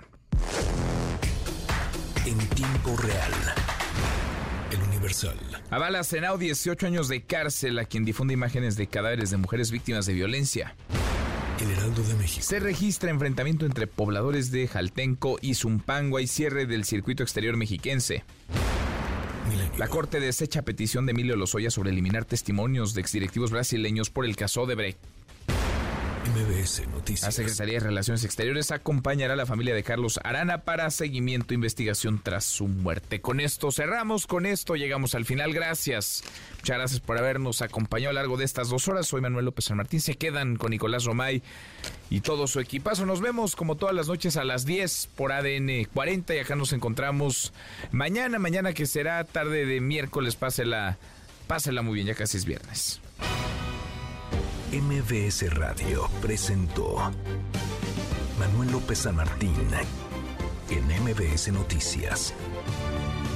En tiempo real. El Universal. Avala Senado 18 años de cárcel a quien difunde imágenes de cadáveres de mujeres víctimas de violencia. El Heraldo de México. Se registra enfrentamiento entre pobladores de Jaltenco y Zumpango y cierre del circuito exterior mexiquense. Milenio. La Corte desecha petición de Emilio Lozoya sobre eliminar testimonios de exdirectivos brasileños por el caso Odebrecht. MBS Noticias. La Secretaría de Relaciones Exteriores acompañará a la familia de Carlos Arana para seguimiento e investigación tras su muerte. Con esto cerramos, con esto llegamos al final. Gracias. Muchas gracias por habernos acompañado a lo largo de estas 2 horas. Soy Manuel López San Martín. Se quedan con Nicolás Romay y todo su equipazo. Nos vemos como todas las noches a las 10 por ADN 40 y acá nos encontramos mañana que será tarde de miércoles. Pásela muy bien, ya casi es viernes. MBS Radio presentó Manuel López San Martín en MBS Noticias.